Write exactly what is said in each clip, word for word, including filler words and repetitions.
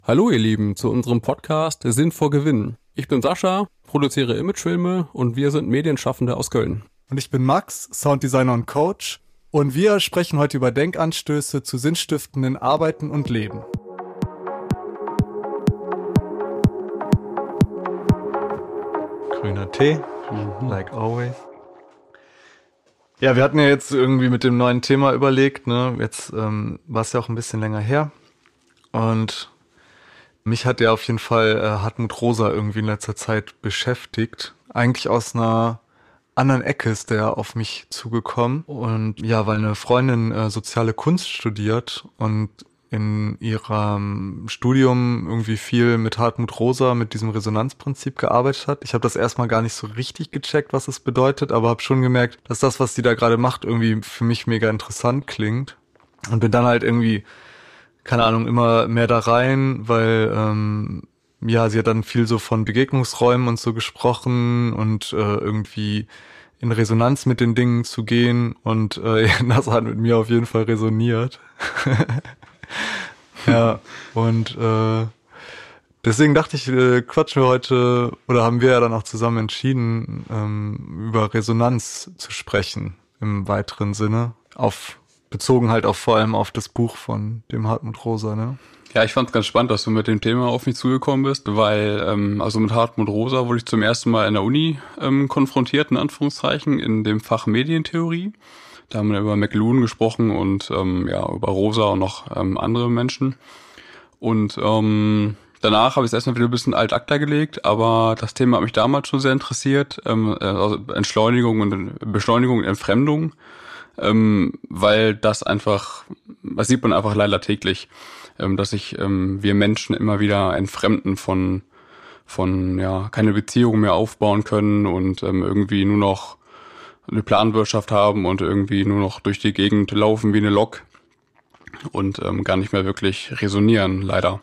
Hallo ihr Lieben, zu unserem Podcast Sinn vor Gewinn. Ich bin Sascha, produziere Imagefilme und wir sind Medienschaffende aus Köln. Und ich bin Max, Sounddesigner und Coach. Und wir sprechen heute über Denkanstöße zu sinnstiftenden Arbeiten und Leben. Grüner Tee, like always. Ja, wir hatten ja jetzt irgendwie mit dem neuen Thema überlegt, ne? Jetzt ähm, war es ja auch ein bisschen länger her. Und mich hat ja auf jeden Fall äh, Hartmut Rosa irgendwie in letzter Zeit beschäftigt. Eigentlich aus einer anderen Ecke ist der auf mich zugekommen. Und ja, weil eine Freundin äh, soziale Kunst studiert und in ihrem Studium irgendwie viel mit Hartmut Rosa, mit diesem Resonanzprinzip gearbeitet hat. Ich habe das erstmal gar nicht so richtig gecheckt, was es bedeutet, aber habe schon gemerkt, dass das, was sie da gerade macht, irgendwie für mich mega interessant klingt. Und bin dann halt irgendwie, keine Ahnung, immer mehr da rein, weil ähm, ja, sie hat dann viel so von Begegnungsräumen und so gesprochen und äh, irgendwie in Resonanz mit den Dingen zu gehen. Und äh, das hat mit mir auf jeden Fall resoniert. Ja, und äh, deswegen dachte ich, äh, quatschen wir heute, oder haben wir ja dann auch zusammen entschieden, ähm, über Resonanz zu sprechen im weiteren Sinne, auf bezogen halt auch vor allem auf das Buch von dem Hartmut Rosa, ne? Ja, ich fand's ganz spannend, dass du mit dem Thema auf mich zugekommen bist, weil ähm, also mit Hartmut Rosa wurde ich zum ersten Mal in der Uni ähm, konfrontiert, in Anführungszeichen, in dem Fach Medientheorie. Da haben wir über McLuhan gesprochen und ähm, ja über Rosa und noch ähm, andere Menschen. Und ähm, danach habe ich es erstmal wieder ein bisschen alt acta gelegt, aber das Thema hat mich damals schon sehr interessiert, ähm, also Entschleunigung und Beschleunigung und Entfremdung, ähm, weil das einfach, das sieht man einfach leider täglich, ähm, dass sich ähm, wir Menschen immer wieder entfremden von, von ja keine Beziehung mehr aufbauen können und ähm, irgendwie nur noch eine Planwirtschaft haben und irgendwie nur noch durch die Gegend laufen wie eine Lok und ähm, gar nicht mehr wirklich resonieren, leider.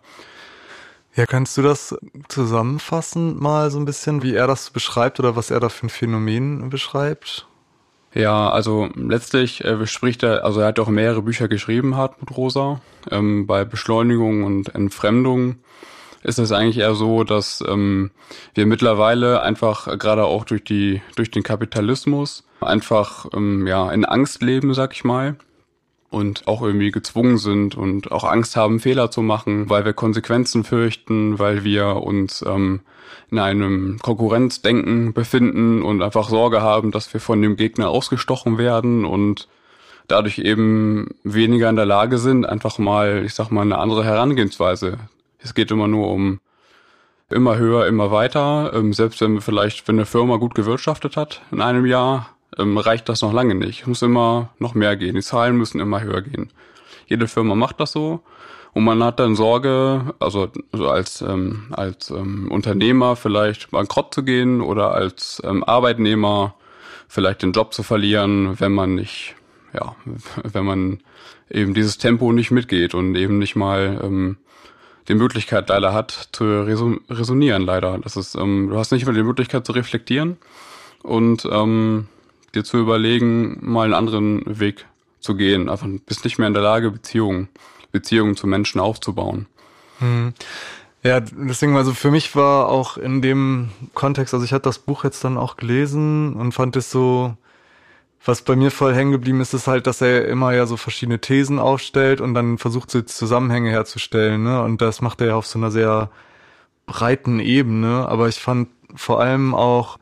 Ja, kannst du das zusammenfassen mal so ein bisschen, wie er das beschreibt oder was er da für ein Phänomen beschreibt? Ja, also letztlich äh, spricht er, also er hat auch mehrere Bücher geschrieben, Hartmut Rosa. Ähm, bei Beschleunigung und Entfremdung ist es eigentlich eher so, dass ähm, wir mittlerweile einfach äh, gerade auch durch die durch den Kapitalismus einfach ähm, ja in Angst leben, sag ich mal, und auch irgendwie gezwungen sind und auch Angst haben, Fehler zu machen, weil wir Konsequenzen fürchten, weil wir uns ähm, in einem Konkurrenzdenken befinden und einfach Sorge haben, dass wir von dem Gegner ausgestochen werden und dadurch eben weniger in der Lage sind, einfach mal, ich sag mal, eine andere Herangehensweise. Es geht immer nur um immer höher, immer weiter. Ähm, selbst wenn wir vielleicht, wenn eine Firma gut gewirtschaftet hat in einem Jahr, ähm, reicht das noch lange nicht. Es muss immer noch mehr gehen. Die Zahlen müssen immer höher gehen. Jede Firma macht das so. Und man hat dann Sorge, also, also als ähm, als ähm, Unternehmer vielleicht bankrott zu gehen oder als ähm, Arbeitnehmer vielleicht den Job zu verlieren, wenn man nicht, ja, wenn man eben dieses Tempo nicht mitgeht und eben nicht mal ähm, die Möglichkeit leider hat zu reson- resonieren leider. Das ist, ähm, du hast nicht mehr die Möglichkeit zu reflektieren und ähm, dir zu überlegen, mal einen anderen Weg zu gehen. Einfach bist nicht mehr in der Lage, Beziehungen Beziehungen zu Menschen aufzubauen. Hm. Ja, deswegen, also für mich war auch in dem Kontext, also ich hatte das Buch jetzt dann auch gelesen und fand es so, was bei mir voll hängen geblieben ist, ist halt, dass er immer ja so verschiedene Thesen aufstellt und dann versucht, so Zusammenhänge herzustellen, ne? Und das macht er ja auf so einer sehr breiten Ebene. Aber ich fand vor allem auch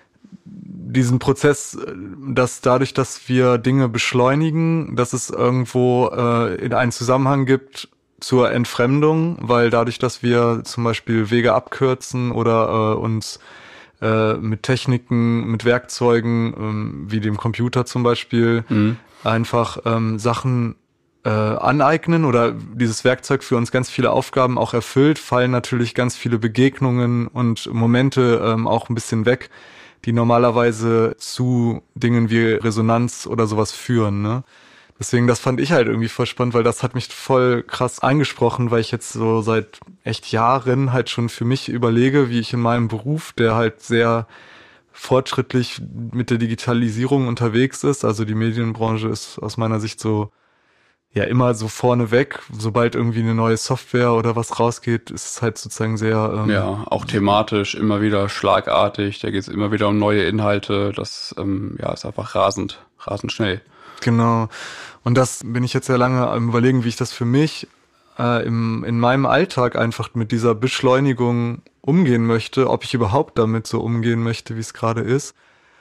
diesen Prozess, dass dadurch, dass wir Dinge beschleunigen, dass es irgendwo äh, in einen Zusammenhang gibt zur Entfremdung, weil dadurch, dass wir zum Beispiel Wege abkürzen oder äh, uns äh, mit Techniken, mit Werkzeugen, ähm, wie dem Computer zum Beispiel, mhm. einfach ähm, Sachen äh, aneignen oder dieses Werkzeug für uns ganz viele Aufgaben auch erfüllt, fallen natürlich ganz viele Begegnungen und Momente ähm, auch ein bisschen weg, die normalerweise zu Dingen wie Resonanz oder sowas führen, ne? Deswegen, das fand ich halt irgendwie voll spannend, weil das hat mich voll krass angesprochen, weil ich jetzt so seit echt Jahren halt schon für mich überlege, wie ich in meinem Beruf, der halt sehr fortschrittlich mit der Digitalisierung unterwegs ist, also die Medienbranche ist aus meiner Sicht so ja immer so vorne weg. Sobald irgendwie eine neue Software oder was rausgeht, ist es halt sozusagen sehr... Ähm, ja, auch thematisch immer wieder schlagartig. Da geht es immer wieder um neue Inhalte. Das ähm, ja, ist einfach rasend, rasend schnell. Genau. Und das bin ich jetzt sehr lange am Überlegen, wie ich das für mich äh, im, in meinem Alltag einfach mit dieser Beschleunigung umgehen möchte, ob ich überhaupt damit so umgehen möchte, wie es gerade ist.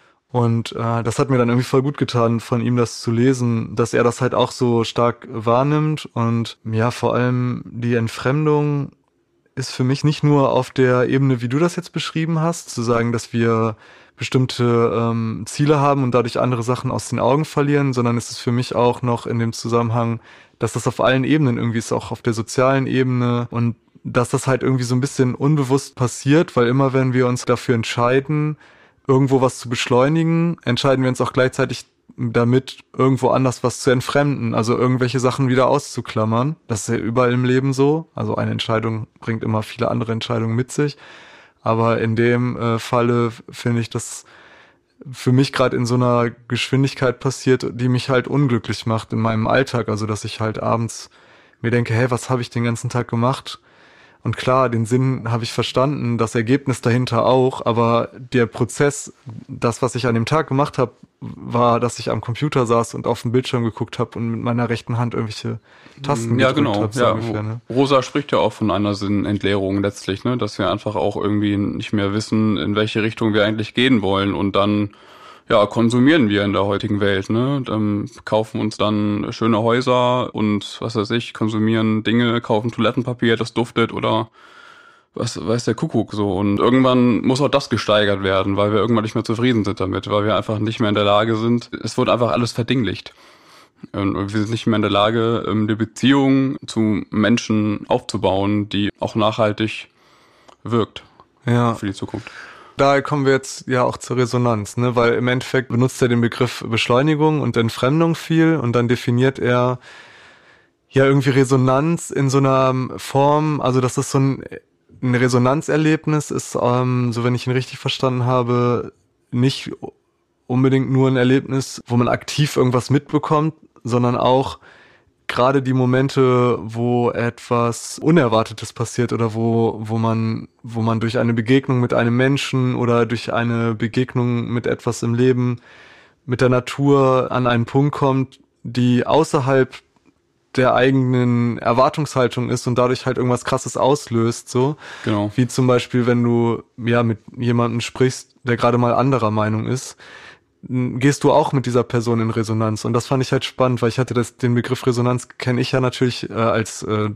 Und äh, das hat mir dann irgendwie voll gut getan, von ihm das zu lesen, dass er das halt auch so stark wahrnimmt. Und ja, vor allem die Entfremdung ist für mich nicht nur auf der Ebene, wie du das jetzt beschrieben hast, zu sagen, dass wir bestimmte ähm, Ziele haben und dadurch andere Sachen aus den Augen verlieren, sondern es ist für mich auch noch in dem Zusammenhang, dass das auf allen Ebenen irgendwie ist, auch auf der sozialen Ebene, und dass das halt irgendwie so ein bisschen unbewusst passiert, weil immer wenn wir uns dafür entscheiden, irgendwo was zu beschleunigen, entscheiden wir uns auch gleichzeitig damit, irgendwo anders was zu entfremden, also irgendwelche Sachen wieder auszuklammern. Das ist ja überall im Leben so. Also eine Entscheidung bringt immer viele andere Entscheidungen mit sich. Aber in dem äh, Falle finde ich, dass für mich gerade in so einer Geschwindigkeit passiert, die mich halt unglücklich macht in meinem Alltag. Also dass ich halt abends mir denke, hey, was habe ich den ganzen Tag gemacht? Und klar, den Sinn habe ich verstanden, das Ergebnis dahinter auch, aber der Prozess, das, was ich an dem Tag gemacht habe, war, dass ich am Computer saß und auf den Bildschirm geguckt habe und mit meiner rechten Hand irgendwelche Tasten ja, gedrückt genau. habe. So ja, ungefähr, ne? Rosa spricht ja auch von einer Sinnentleerung letztlich, ne, dass wir einfach auch irgendwie nicht mehr wissen, in welche Richtung wir eigentlich gehen wollen, und dann ja, konsumieren wir in der heutigen Welt, ne? Dann kaufen uns dann schöne Häuser und was weiß ich, konsumieren Dinge, kaufen Toilettenpapier, das duftet oder was weiß der Kuckuck so. Und irgendwann muss auch das gesteigert werden, weil wir irgendwann nicht mehr zufrieden sind damit, weil wir einfach nicht mehr in der Lage sind. Es wird einfach alles verdinglicht. Und wir sind nicht mehr in der Lage, eine Beziehung zu Menschen aufzubauen, die auch nachhaltig wirkt, ja, für die Zukunft. Da kommen wir jetzt ja auch zur Resonanz, ne? Weil im Endeffekt benutzt er den Begriff Beschleunigung und Entfremdung viel, und dann definiert er ja irgendwie Resonanz in so einer Form, also dass das so ein, ein Resonanzerlebnis ist, ähm, so wenn ich ihn richtig verstanden habe, nicht unbedingt nur ein Erlebnis, wo man aktiv irgendwas mitbekommt, sondern auch gerade die Momente, wo etwas Unerwartetes passiert oder wo wo man wo man durch eine Begegnung mit einem Menschen oder durch eine Begegnung mit etwas im Leben, mit der Natur an einen Punkt kommt, die außerhalb der eigenen Erwartungshaltung ist und dadurch halt irgendwas Krasses auslöst, so. Genau. Wie zum Beispiel, wenn du ja mit jemandem sprichst, der gerade mal anderer Meinung ist, gehst du auch mit dieser Person in Resonanz. Und das fand ich halt spannend, weil ich hatte das, den Begriff Resonanz kenne ich ja natürlich äh, als äh,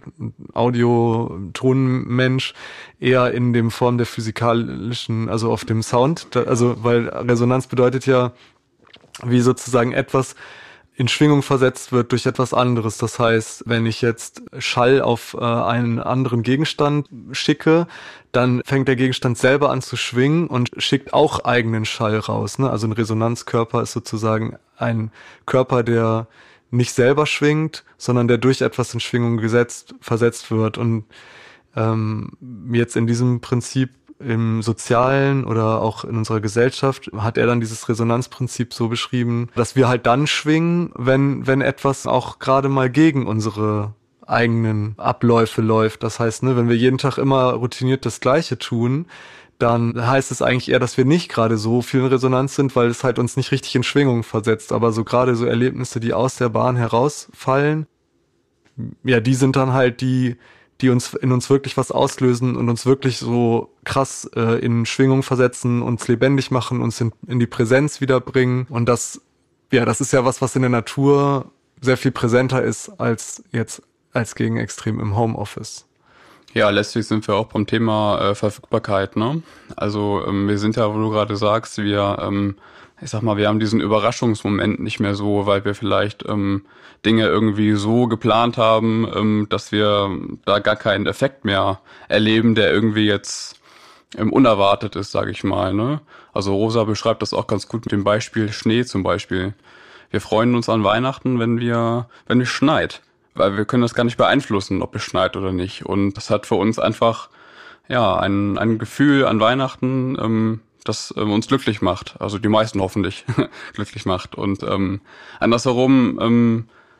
Audio-Ton-Mensch eher in dem Form der physikalischen, also auf dem Sound, da, also weil Resonanz bedeutet ja, wie sozusagen etwas in Schwingung versetzt wird durch etwas anderes. Das heißt, wenn ich jetzt Schall auf äh, einen anderen Gegenstand schicke, dann fängt der Gegenstand selber an zu schwingen und schickt auch eigenen Schall raus, ne? Also ein Resonanzkörper ist sozusagen ein Körper, der nicht selber schwingt, sondern der durch etwas in Schwingung gesetzt, versetzt wird. Und ähm, jetzt in diesem Prinzip im Sozialen oder auch in unserer Gesellschaft hat er dann dieses Resonanzprinzip so beschrieben, dass wir halt dann schwingen, wenn wenn etwas auch gerade mal gegen unsere eigenen Abläufe läuft. Das heißt, ne, wenn wir jeden Tag immer routiniert das Gleiche tun, dann heißt es eigentlich eher, dass wir nicht gerade so viel in Resonanz sind, weil es halt uns nicht richtig in Schwingung versetzt. Aber so gerade so Erlebnisse, die aus der Bahn herausfallen, ja, die sind dann halt die, die uns in uns wirklich was auslösen und uns wirklich so krass äh, in Schwingung versetzen, uns lebendig machen, uns in, in die Präsenz wiederbringen. Und das, ja, das ist ja was, was in der Natur sehr viel präsenter ist als jetzt als Gegenextrem im Homeoffice. Ja, letztlich sind wir auch beim Thema äh, Verfügbarkeit, ne? Also ähm, wir sind ja, wo du gerade sagst, wir, ähm, ich sag mal, wir haben diesen Überraschungsmoment nicht mehr so, weil wir vielleicht ähm, Dinge irgendwie so geplant haben, ähm, dass wir da gar keinen Effekt mehr erleben, der irgendwie jetzt ähm, unerwartet ist, sage ich mal, ne? Also Rosa beschreibt das auch ganz gut mit dem Beispiel Schnee zum Beispiel. Wir freuen uns an Weihnachten, wenn wir, wenn es schneit. Weil wir können das gar nicht beeinflussen, ob es schneit oder nicht. Und das hat für uns einfach ja ein ein Gefühl an Weihnachten, ähm, das ähm, uns glücklich macht. Also die meisten hoffentlich glücklich macht. Und ähm, andersherum ähm,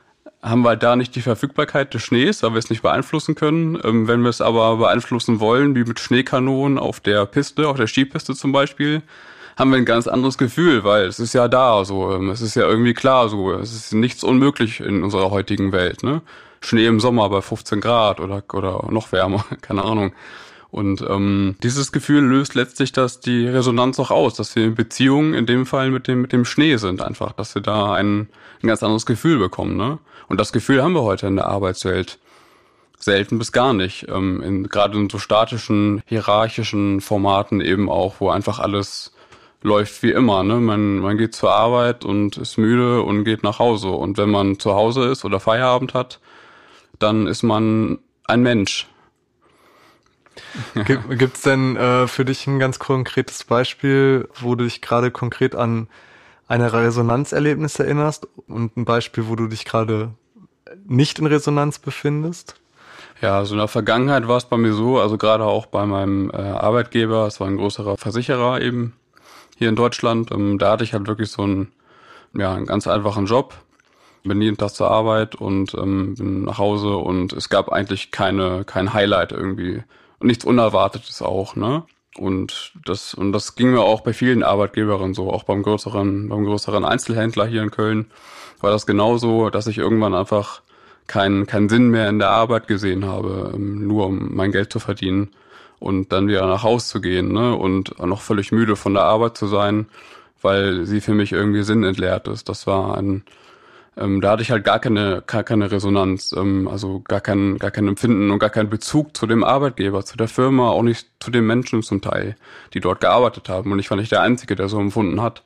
haben wir halt da nicht die Verfügbarkeit des Schnees, weil wir es nicht beeinflussen können. Ähm, wenn wir es aber beeinflussen wollen, wie mit Schneekanonen auf der Piste, auf der Skipiste zum Beispiel, haben wir ein ganz anderes Gefühl, weil es ist ja da, so, ähm, es ist ja irgendwie klar, so, es ist nichts unmöglich in unserer heutigen Welt, ne? Schnee im Sommer bei fünfzehn Grad oder, oder noch wärmer, keine Ahnung. Und ähm, dieses Gefühl löst letztlich das die Resonanz auch aus, dass wir in Beziehungen in dem Fall mit dem mit dem Schnee sind einfach, dass wir da ein, ein ganz anderes Gefühl bekommen, ne? Und das Gefühl haben wir heute in der Arbeitswelt selten bis gar nicht, ähm, in, gerade in so statischen, hierarchischen Formaten eben auch, wo einfach alles läuft wie immer, ne? Man man geht zur Arbeit und ist müde und geht nach Hause, und wenn man zu Hause ist oder Feierabend hat, dann ist man ein Mensch. Gibt es denn äh, für dich ein ganz konkretes Beispiel, wo du dich gerade konkret an eine Resonanzerlebnis erinnerst, und ein Beispiel, wo du dich gerade nicht in Resonanz befindest? Ja, also in der Vergangenheit war es bei mir so, also gerade auch bei meinem äh, Arbeitgeber, es war ein größerer Versicherer eben hier in Deutschland, ähm, da hatte ich halt wirklich so einen, ja, einen ganz einfachen Job. Bin jeden Tag zur Arbeit und ähm, bin nach Hause, und es gab eigentlich keine kein Highlight irgendwie. Nichts Unerwartetes auch, ne? Und das und das ging mir auch bei vielen Arbeitgebern so, auch beim größeren beim größeren Einzelhändler hier in Köln war das genauso, dass ich irgendwann einfach keinen keinen Sinn mehr in der Arbeit gesehen habe, nur um mein Geld zu verdienen und dann wieder nach Hause zu gehen, ne? Und noch völlig müde von der Arbeit zu sein, weil sie für mich irgendwie sinnentleert ist. Das war ein Ähm, da hatte ich halt gar keine, gar keine Resonanz, ähm, also gar kein, gar kein Empfinden und gar keinen Bezug zu dem Arbeitgeber, zu der Firma, auch nicht zu den Menschen zum Teil, die dort gearbeitet haben. Und ich war nicht der Einzige, der so empfunden hat.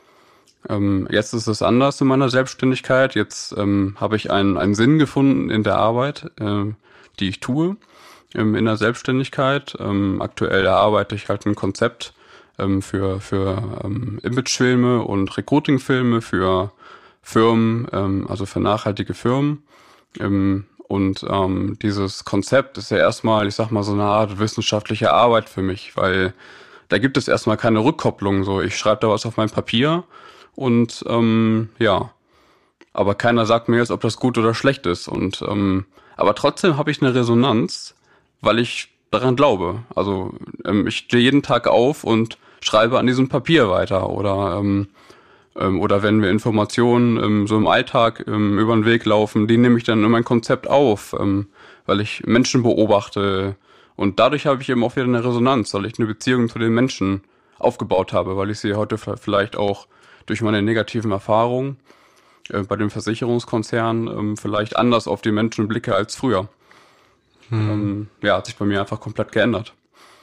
Ähm, jetzt ist es anders in meiner Selbstständigkeit. Jetzt ähm, habe ich einen, einen Sinn gefunden in der Arbeit, äh, die ich tue, ähm, in der Selbstständigkeit. Ähm, aktuell erarbeite ich halt ein Konzept ähm, für, für ähm, Imagefilme und Recruiting-Filme für Firmen, ähm, also für nachhaltige Firmen. Ähm, und ähm, dieses Konzept ist ja erstmal, ich sag mal, so eine Art wissenschaftliche Arbeit für mich, weil da gibt es erstmal keine Rückkopplung. So, ich schreibe da was auf mein Papier und ähm, ja, aber keiner sagt mir jetzt, ob das gut oder schlecht ist. Und ähm, aber trotzdem habe ich eine Resonanz, weil ich daran glaube. Also ähm, ich stehe jeden Tag auf und schreibe an diesem Papier weiter, oder ähm, oder wenn wir Informationen ähm, so im Alltag ähm, über den Weg laufen, die nehme ich dann in mein Konzept auf, ähm, weil ich Menschen beobachte, und dadurch habe ich eben auch wieder eine Resonanz, weil ich eine Beziehung zu den Menschen aufgebaut habe, weil ich sie heute vielleicht auch durch meine negativen Erfahrungen äh, bei dem Versicherungskonzern ähm, vielleicht anders auf die Menschen blicke als früher. Hm. Ähm, ja, hat sich bei mir einfach komplett geändert.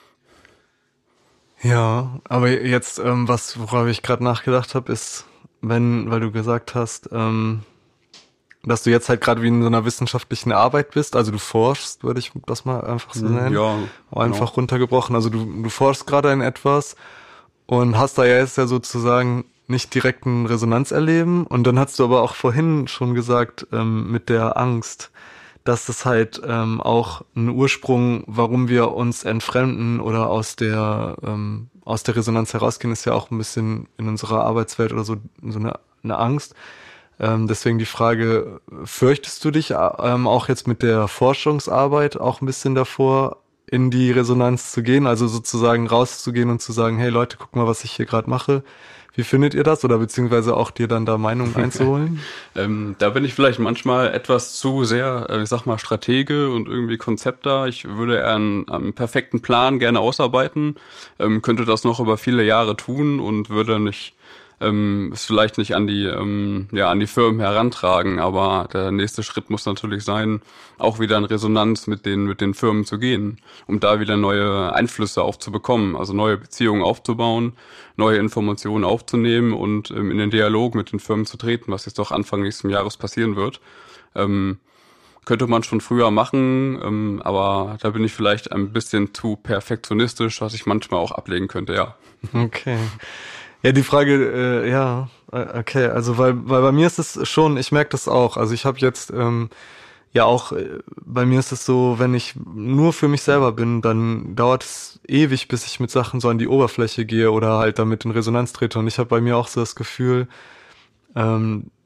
Ja, aber jetzt, ähm, was, worauf ich gerade nachgedacht habe, ist, wenn, weil du gesagt hast, ähm, dass du jetzt halt gerade wie in so einer wissenschaftlichen Arbeit bist, also du forschst, würde ich das mal einfach so nennen. Ja, einfach genau. Runtergebrochen. Also du, du forschst gerade in etwas und hast da ja jetzt ja sozusagen nicht direkt ein Resonanzerleben, und dann hast du aber auch vorhin schon gesagt, ähm, mit der Angst, dass das halt ähm, auch ein Ursprung, warum wir uns entfremden oder aus der ähm, aus der Resonanz herausgehen, ist ja auch ein bisschen in unserer Arbeitswelt oder so so eine, eine Angst. Ähm, deswegen die Frage: Fürchtest du dich ähm, auch jetzt mit der Forschungsarbeit auch ein bisschen davor, in die Resonanz zu gehen, also sozusagen rauszugehen und zu sagen, hey Leute, guck mal, was ich hier gerade mache. Wie findet ihr das? Oder beziehungsweise auch dir dann da Meinungen einzuholen? ähm, da bin ich vielleicht manchmal etwas zu sehr, äh, ich sag mal, Stratege und irgendwie Konzepter. Ich würde eher einen, einen perfekten Plan gerne ausarbeiten, ähm, könnte das noch über viele Jahre tun und würde nicht ähm, es vielleicht nicht an die ähm, ja an die Firmen herantragen, aber der nächste Schritt muss natürlich sein, auch wieder in Resonanz mit den mit den Firmen zu gehen, um da wieder neue Einflüsse aufzubekommen, also neue Beziehungen aufzubauen, neue Informationen aufzunehmen und ähm, in den Dialog mit den Firmen zu treten, was jetzt doch Anfang nächsten Jahres passieren wird. Ähm, könnte man schon früher machen, ähm, aber da bin ich vielleicht ein bisschen zu perfektionistisch, was ich manchmal auch ablegen könnte, ja. Okay. Ja, die Frage, äh, ja, okay, also weil weil bei mir ist es schon, ich merke das auch, also ich habe jetzt ähm, ja auch, äh, bei mir ist es so, wenn ich nur für mich selber bin, dann dauert es ewig, bis ich mit Sachen so an die Oberfläche gehe oder halt damit in Resonanz trete, und ich habe bei mir auch so das Gefühl, ähm,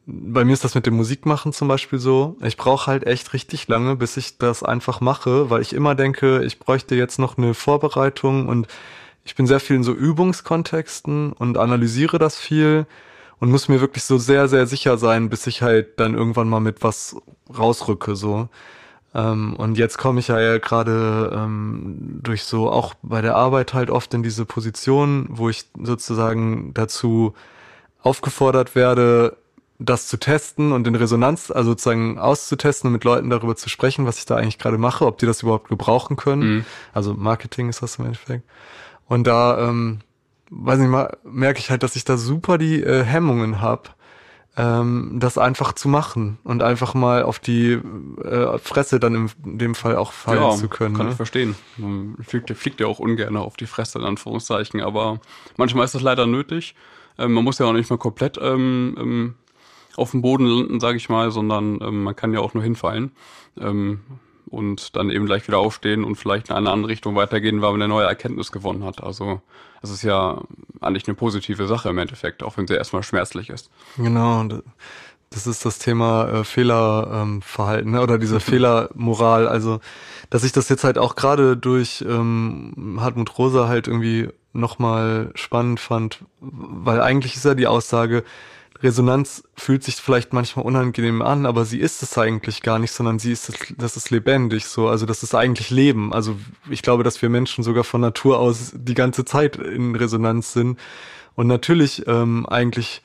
bei mir ist das mit dem Musikmachen zum Beispiel so. Ich brauche halt echt richtig lange, bis ich das einfach mache, weil ich immer denke, ich bräuchte jetzt noch eine Vorbereitung und ich bin sehr viel in so Übungskontexten und analysiere das viel und muss mir wirklich so sehr, sehr sicher sein, bis ich halt dann irgendwann mal mit was rausrücke, so. Ähm, und jetzt komme ich ja, ja gerade ähm, durch so auch bei der Arbeit halt oft in diese Position, wo ich sozusagen dazu aufgefordert werde, das zu testen und in Resonanz, also sozusagen auszutesten und mit Leuten darüber zu sprechen, was ich da eigentlich gerade mache, ob die das überhaupt gebrauchen können. Mhm. Also Marketing ist das im Endeffekt. Und da, ähm, weiß nicht mal, merke ich halt, dass ich da super die äh, Hemmungen habe, ähm, das einfach zu machen und einfach mal auf die äh, Fresse dann in, in dem Fall auch fallen ja, zu können. Kann ne? ich verstehen. Man fliegt, fliegt ja auch ungern auf die Fresse, in Anführungszeichen, aber manchmal ist das leider nötig. Ähm, man muss ja auch nicht mal komplett ähm, ähm, auf dem Boden landen, sage ich mal, sondern ähm, man kann ja auch nur hinfallen ähm, und dann eben gleich wieder aufstehen und vielleicht in eine andere Richtung weitergehen, weil man eine neue Erkenntnis gewonnen hat. Also das ist ja eigentlich eine positive Sache im Endeffekt, auch wenn sie erstmal schmerzlich ist. Genau, das ist das Thema äh, Fehlerverhalten ähm, ne? oder diese Fehlermoral. Also, dass ich das jetzt halt auch gerade durch ähm, Hartmut Rosa halt irgendwie nochmal spannend fand, weil eigentlich ist ja die Aussage, Resonanz fühlt sich vielleicht manchmal unangenehm an, aber sie ist es eigentlich gar nicht, sondern sie ist, das ist lebendig so, also das ist eigentlich Leben. Also ich glaube, dass wir Menschen sogar von Natur aus die ganze Zeit in Resonanz sind und natürlich ähm, eigentlich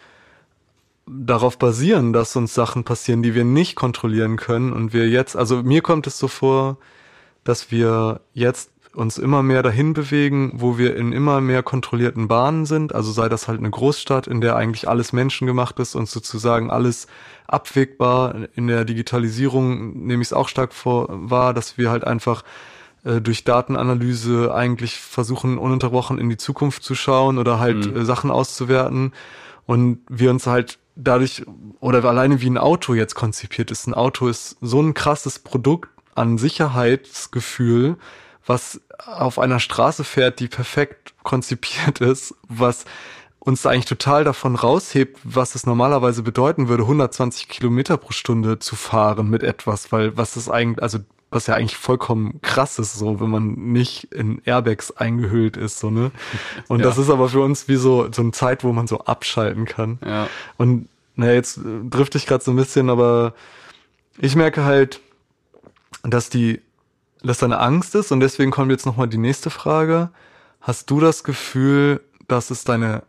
darauf basieren, dass uns Sachen passieren, die wir nicht kontrollieren können und wir jetzt, also mir kommt es so vor, dass wir jetzt uns immer mehr dahin bewegen, wo wir in immer mehr kontrollierten Bahnen sind, also sei das halt eine Großstadt, in der eigentlich alles menschengemacht ist und sozusagen alles abwägbar. In der Digitalisierung nehme ich es auch stark vor wahr, dass wir halt einfach äh, durch Datenanalyse eigentlich versuchen, ununterbrochen in die Zukunft zu schauen oder halt mhm. äh, Sachen auszuwerten und wir uns halt dadurch, oder alleine wie ein Auto jetzt konzipiert ist, ein Auto ist so ein krasses Produkt an Sicherheitsgefühl, was auf einer Straße fährt, die perfekt konzipiert ist, was uns eigentlich total davon raushebt, was es normalerweise bedeuten würde, hundertzwanzig Kilometer pro Stunde zu fahren mit etwas, weil was ist eigentlich, also was ja eigentlich vollkommen krass ist, so wenn man nicht in Airbags eingehüllt ist, so ne. Und ja. das ist aber für uns wie so so eine Zeit, wo man so abschalten kann. Ja. Und naja, jetzt drifte ich gerade so ein bisschen, aber ich merke halt, dass die dass da eine Angst ist und deswegen kommt jetzt nochmal die nächste Frage. Hast du das Gefühl, dass es deine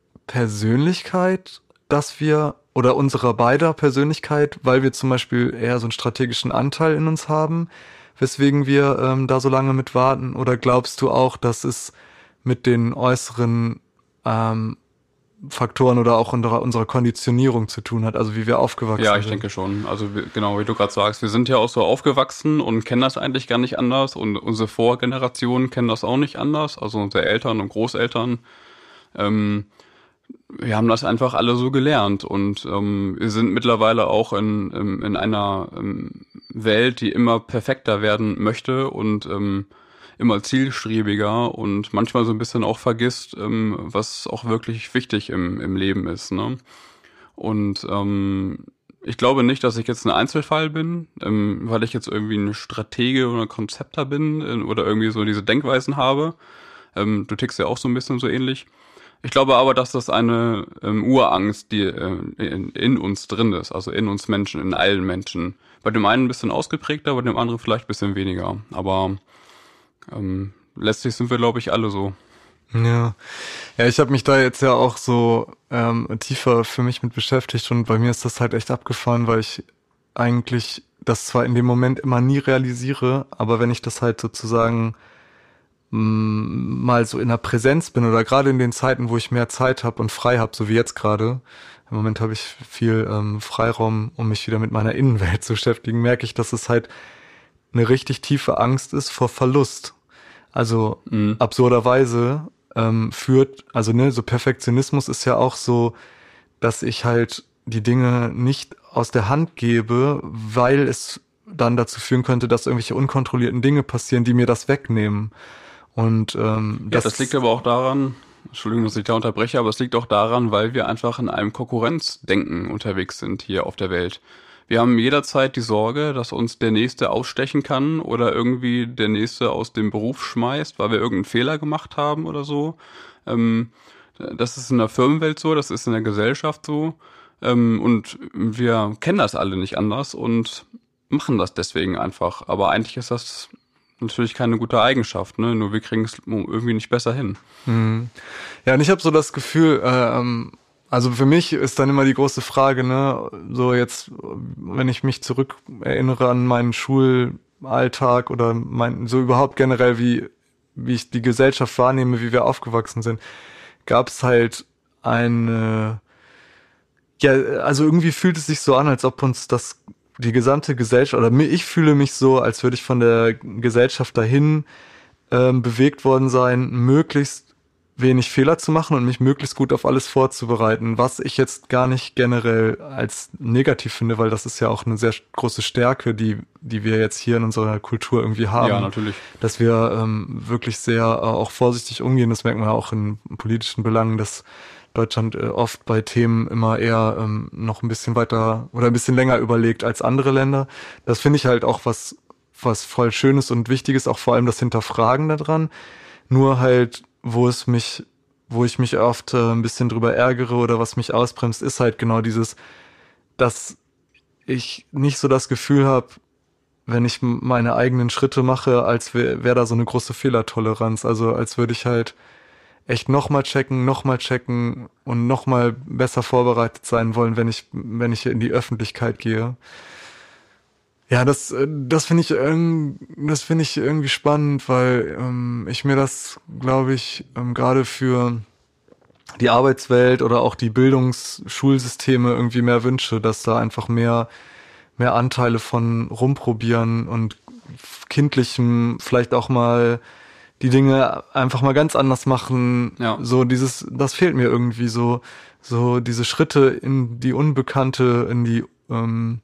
Persönlichkeit, dass wir, oder unserer beider Persönlichkeit, weil wir zum Beispiel eher so einen strategischen Anteil in uns haben, weswegen wir ähm, da so lange mit warten? Oder glaubst du auch, dass es mit den äußeren ähm, Faktoren oder auch unserer, unserer Konditionierung zu tun hat, also wie wir aufgewachsen sind? Ja, ich sind. denke schon. Also wir, genau, wie du gerade sagst, wir sind ja auch so aufgewachsen und kennen das eigentlich gar nicht anders und unsere Vorgenerationen kennen das auch nicht anders, also unsere Eltern und Großeltern. Ähm, wir haben das einfach alle so gelernt und ähm, wir sind mittlerweile auch in, in, in einer ähm, Welt, die immer perfekter werden möchte und ähm, immer zielstrebiger und manchmal so ein bisschen auch vergisst, ähm, was auch wirklich wichtig im, im Leben ist, ne? Und ähm, ich glaube nicht, dass ich jetzt ein Einzelfall bin, ähm, weil ich jetzt irgendwie ein Stratege oder Konzepter bin äh, oder irgendwie so diese Denkweisen habe. Ähm, du tickst ja auch so ein bisschen so ähnlich. Ich glaube aber, dass das eine ähm, Urangst, die äh, in, in uns drin ist, also in uns Menschen, in allen Menschen. Bei dem einen ein bisschen ausgeprägter, bei dem anderen vielleicht ein bisschen weniger, aber Ähm, letztlich sind wir, glaube ich, alle so. Ja, ja, ich habe mich da jetzt ja auch so ähm, tiefer für mich mit beschäftigt und bei mir ist das halt echt abgefahren, weil ich eigentlich das zwar in dem Moment immer nie realisiere, aber wenn ich das halt sozusagen mh, mal so in der Präsenz bin oder gerade in den Zeiten, wo ich mehr Zeit habe und frei habe, so wie jetzt gerade, im Moment habe ich viel ähm, Freiraum, um mich wieder mit meiner Innenwelt zu beschäftigen, merke ich, dass es halt eine richtig tiefe Angst ist vor Verlust. Also mhm. absurderweise ähm, führt, also ne, so Perfektionismus ist ja auch so, dass ich halt die Dinge nicht aus der Hand gebe, weil es dann dazu führen könnte, dass irgendwelche unkontrollierten Dinge passieren, die mir das wegnehmen. Und ähm, ja, das, das liegt aber auch daran, Entschuldigung, dass ich da unterbreche, aber es liegt auch daran, weil wir einfach in einem Konkurrenzdenken unterwegs sind hier auf der Welt. Wir haben jederzeit die Sorge, dass uns der Nächste ausstechen kann oder irgendwie der Nächste aus dem Beruf schmeißt, weil wir irgendeinen Fehler gemacht haben oder so. Ähm, das ist in der Firmenwelt so, das ist in der Gesellschaft so. Ähm, und wir kennen das alle nicht anders und machen das deswegen einfach. Aber eigentlich ist das natürlich keine gute Eigenschaft, ne? Nur wir kriegen es irgendwie nicht besser hin. Mhm. Ja, und ich habe so das Gefühl, ähm, also für mich ist dann immer die große Frage, ne, so jetzt, wenn ich mich zurück erinnere an meinen Schulalltag oder mein, so überhaupt generell, wie, wie ich die Gesellschaft wahrnehme, wie wir aufgewachsen sind, gab es halt eine, ja, also irgendwie fühlt es sich so an, als ob uns das, die gesamte Gesellschaft, oder ich fühle mich so, als würde ich von der Gesellschaft dahin ähm, bewegt worden sein, möglichst wenig Fehler zu machen und mich möglichst gut auf alles vorzubereiten, was ich jetzt gar nicht generell als negativ finde, weil das ist ja auch eine sehr große Stärke, die die wir jetzt hier in unserer Kultur irgendwie haben. Ja, natürlich. Dass wir ähm, wirklich sehr äh, auch vorsichtig umgehen, das merkt man ja auch in politischen Belangen, dass Deutschland äh, oft bei Themen immer eher ähm, noch ein bisschen weiter oder ein bisschen länger überlegt als andere Länder. Das finde ich halt auch was was voll Schönes und Wichtiges, auch vor allem das Hinterfragen daran. Nur halt wo es mich, wo ich mich oft äh, ein bisschen drüber ärgere oder was mich ausbremst, ist halt genau dieses, dass ich nicht so das Gefühl habe, wenn ich meine eigenen Schritte mache, als wäre wär da so eine große Fehlertoleranz. Also als würde ich halt echt nochmal checken, nochmal checken und nochmal besser vorbereitet sein wollen, wenn ich, wenn ich in die Öffentlichkeit gehe. Ja, das, das finde ich, das finde ich irgendwie spannend, weil ähm, ich mir das, glaube ich, ähm, gerade für die Arbeitswelt oder auch die Bildungsschulsysteme irgendwie mehr wünsche, dass da einfach mehr, mehr Anteile von rumprobieren und kindlichem, vielleicht auch mal die Dinge einfach mal ganz anders machen. Ja. So dieses, das fehlt mir irgendwie so, so diese Schritte in die Unbekannte, in die ähm,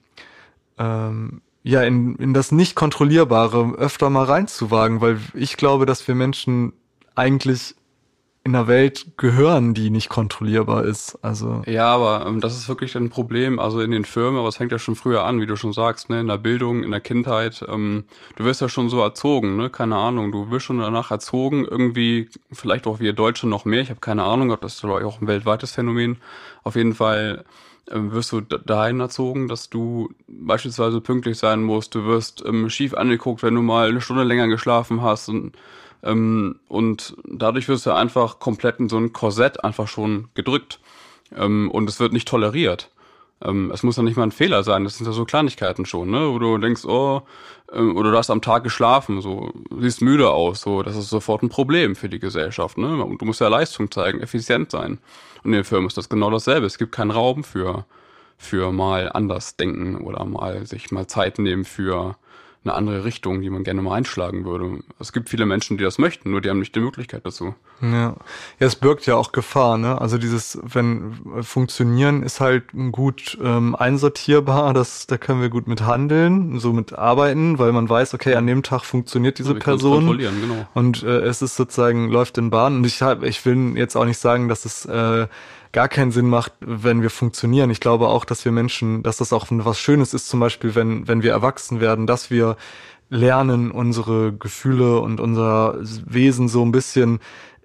ähm, ja, in, in das Nicht-Kontrollierbare öfter mal reinzuwagen, weil ich glaube, dass wir Menschen eigentlich in einer Welt gehören, die nicht kontrollierbar ist. Also ja, aber ähm, das ist wirklich ein Problem, also in den Firmen, aber es fängt ja schon früher an, wie du schon sagst, ne, in der Bildung, in der Kindheit, ähm, du wirst ja schon so erzogen, ne, keine Ahnung, du wirst schon danach erzogen, irgendwie, vielleicht auch wir Deutsche noch mehr, ich habe keine Ahnung, ob das vielleicht auch ein weltweites Phänomen, auf jeden Fall wirst du dahin erzogen, dass du beispielsweise pünktlich sein musst, du wirst ähm, schief angeguckt, wenn du mal eine Stunde länger geschlafen hast und, ähm, und dadurch wirst du einfach komplett in so ein Korsett einfach schon gedrückt ähm, und es wird nicht toleriert. Ähm, es muss ja nicht mal ein Fehler sein, das sind ja so Kleinigkeiten schon, ne, wo du denkst, oh, ähm, oder du hast am Tag geschlafen, so, siehst müde aus, so, das ist sofort ein Problem für die Gesellschaft, ne, und du musst ja Leistung zeigen, effizient sein. Und in den Firmen ist das genau dasselbe. Es gibt keinen Raum für, für mal anders denken oder mal sich mal Zeit nehmen für eine andere Richtung, die man gerne mal einschlagen würde. Es gibt viele Menschen, die das möchten, nur die haben nicht die Möglichkeit dazu. Ja, ja, es birgt ja auch Gefahr, ne? Also dieses, wenn Funktionieren ist halt gut ähm, einsortierbar, das, da können wir gut mit handeln, so mit arbeiten, weil man weiß, okay, an dem Tag funktioniert diese Ja, wir können es Person. kontrollieren, genau. Und äh, es ist sozusagen, läuft in Bahn. Und ich hab, ich will jetzt auch nicht sagen, dass es äh, gar keinen Sinn macht, wenn wir funktionieren. Ich glaube auch, dass wir Menschen, dass das auch was Schönes ist, zum Beispiel, wenn, wenn wir erwachsen werden, dass wir lernen, unsere Gefühle und unser Wesen so ein bisschen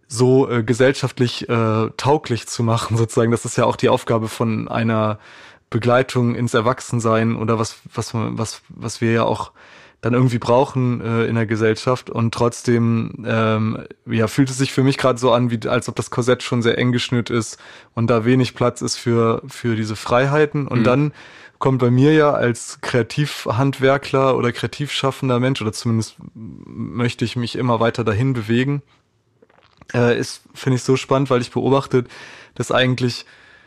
so äh, gesellschaftlich äh, tauglich zu machen, sozusagen. Das ist ja auch die Aufgabe von einer Begleitung ins Erwachsensein oder was, was, was, was wir ja auch dann irgendwie brauchen äh, in der Gesellschaft. Und trotzdem ähm, ja, fühlt es sich für mich gerade so an, wie als ob das Korsett schon sehr eng geschnürt ist und da wenig Platz ist für für diese Freiheiten. Und mhm. dann kommt bei mir ja als Kreativhandwerkler oder kreativ schaffender Mensch, oder zumindest möchte ich mich immer weiter dahin bewegen, äh, ist, finde ich, so spannend, weil ich beobachtet, dass eigentlich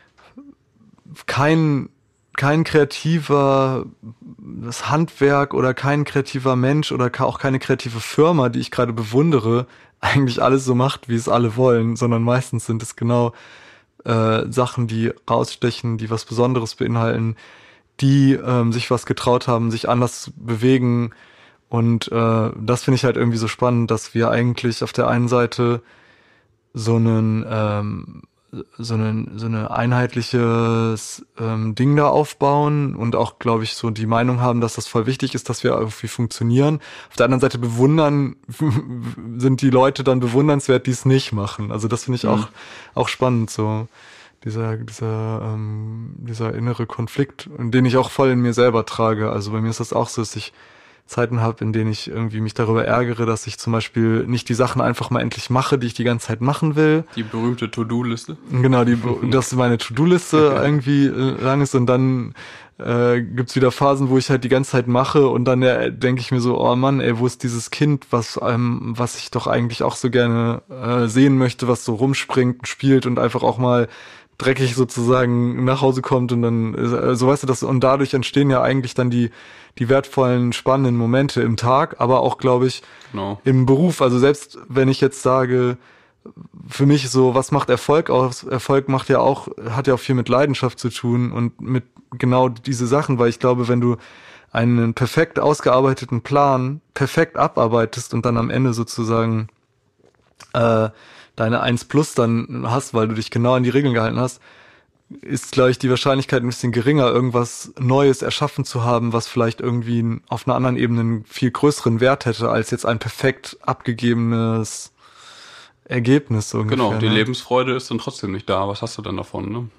kein kein kreativer das Handwerk oder kein kreativer Mensch oder auch keine kreative Firma, die ich gerade bewundere, eigentlich alles so macht, wie es alle wollen, sondern meistens sind es genau äh, Sachen, die rausstechen, die was Besonderes beinhalten, die ähm, sich was getraut haben, sich anders bewegen. Und äh, das finde ich halt irgendwie so spannend, dass wir eigentlich auf der einen Seite so einen ähm, so eine so eine einheitliches ähm, Ding da aufbauen und auch, glaube ich, so die Meinung haben, dass das voll wichtig ist, dass wir irgendwie funktionieren. Auf der anderen Seite bewundern sind die Leute dann bewundernswert, die es nicht machen. Also das finde ich mhm. auch auch spannend, so dieser dieser ähm, dieser innere Konflikt, den ich auch voll in mir selber trage. Also bei mir ist das auch so, dass ich Zeiten habe, in denen ich irgendwie mich darüber ärgere, dass ich zum Beispiel nicht die Sachen einfach mal endlich mache, die ich die ganze Zeit machen will. Die berühmte To-Do-Liste. Genau, die, dass meine To-Do-Liste irgendwie lang ist und dann äh, gibt's wieder Phasen, wo ich halt die ganze Zeit mache und dann äh, denke ich mir so, oh Mann, ey, wo ist dieses Kind, was ähm, was ich doch eigentlich auch so gerne äh, sehen möchte, was so rumspringt, spielt und einfach auch mal dreckig sozusagen nach Hause kommt und dann, äh, so weißt du das, und dadurch entstehen ja eigentlich dann die die wertvollen, spannenden Momente im Tag, aber auch, glaube ich, no. im Beruf. Also selbst wenn ich jetzt sage, für mich so, was macht Erfolg aus? Erfolg macht ja auch, hat ja auch viel mit Leidenschaft zu tun und mit genau diese Sachen, weil ich glaube, wenn du einen perfekt ausgearbeiteten Plan perfekt abarbeitest und dann am Ende sozusagen äh, deine eins plus dann hast, weil du dich genau an die Regeln gehalten hast, ist, glaube ich, die Wahrscheinlichkeit ein bisschen geringer, irgendwas Neues erschaffen zu haben, was vielleicht irgendwie auf einer anderen Ebene einen viel größeren Wert hätte, als jetzt ein perfekt abgegebenes Ergebnis. So ungefähr, genau, die ne? Lebensfreude ist dann trotzdem nicht da. Was hast du denn davon, ne?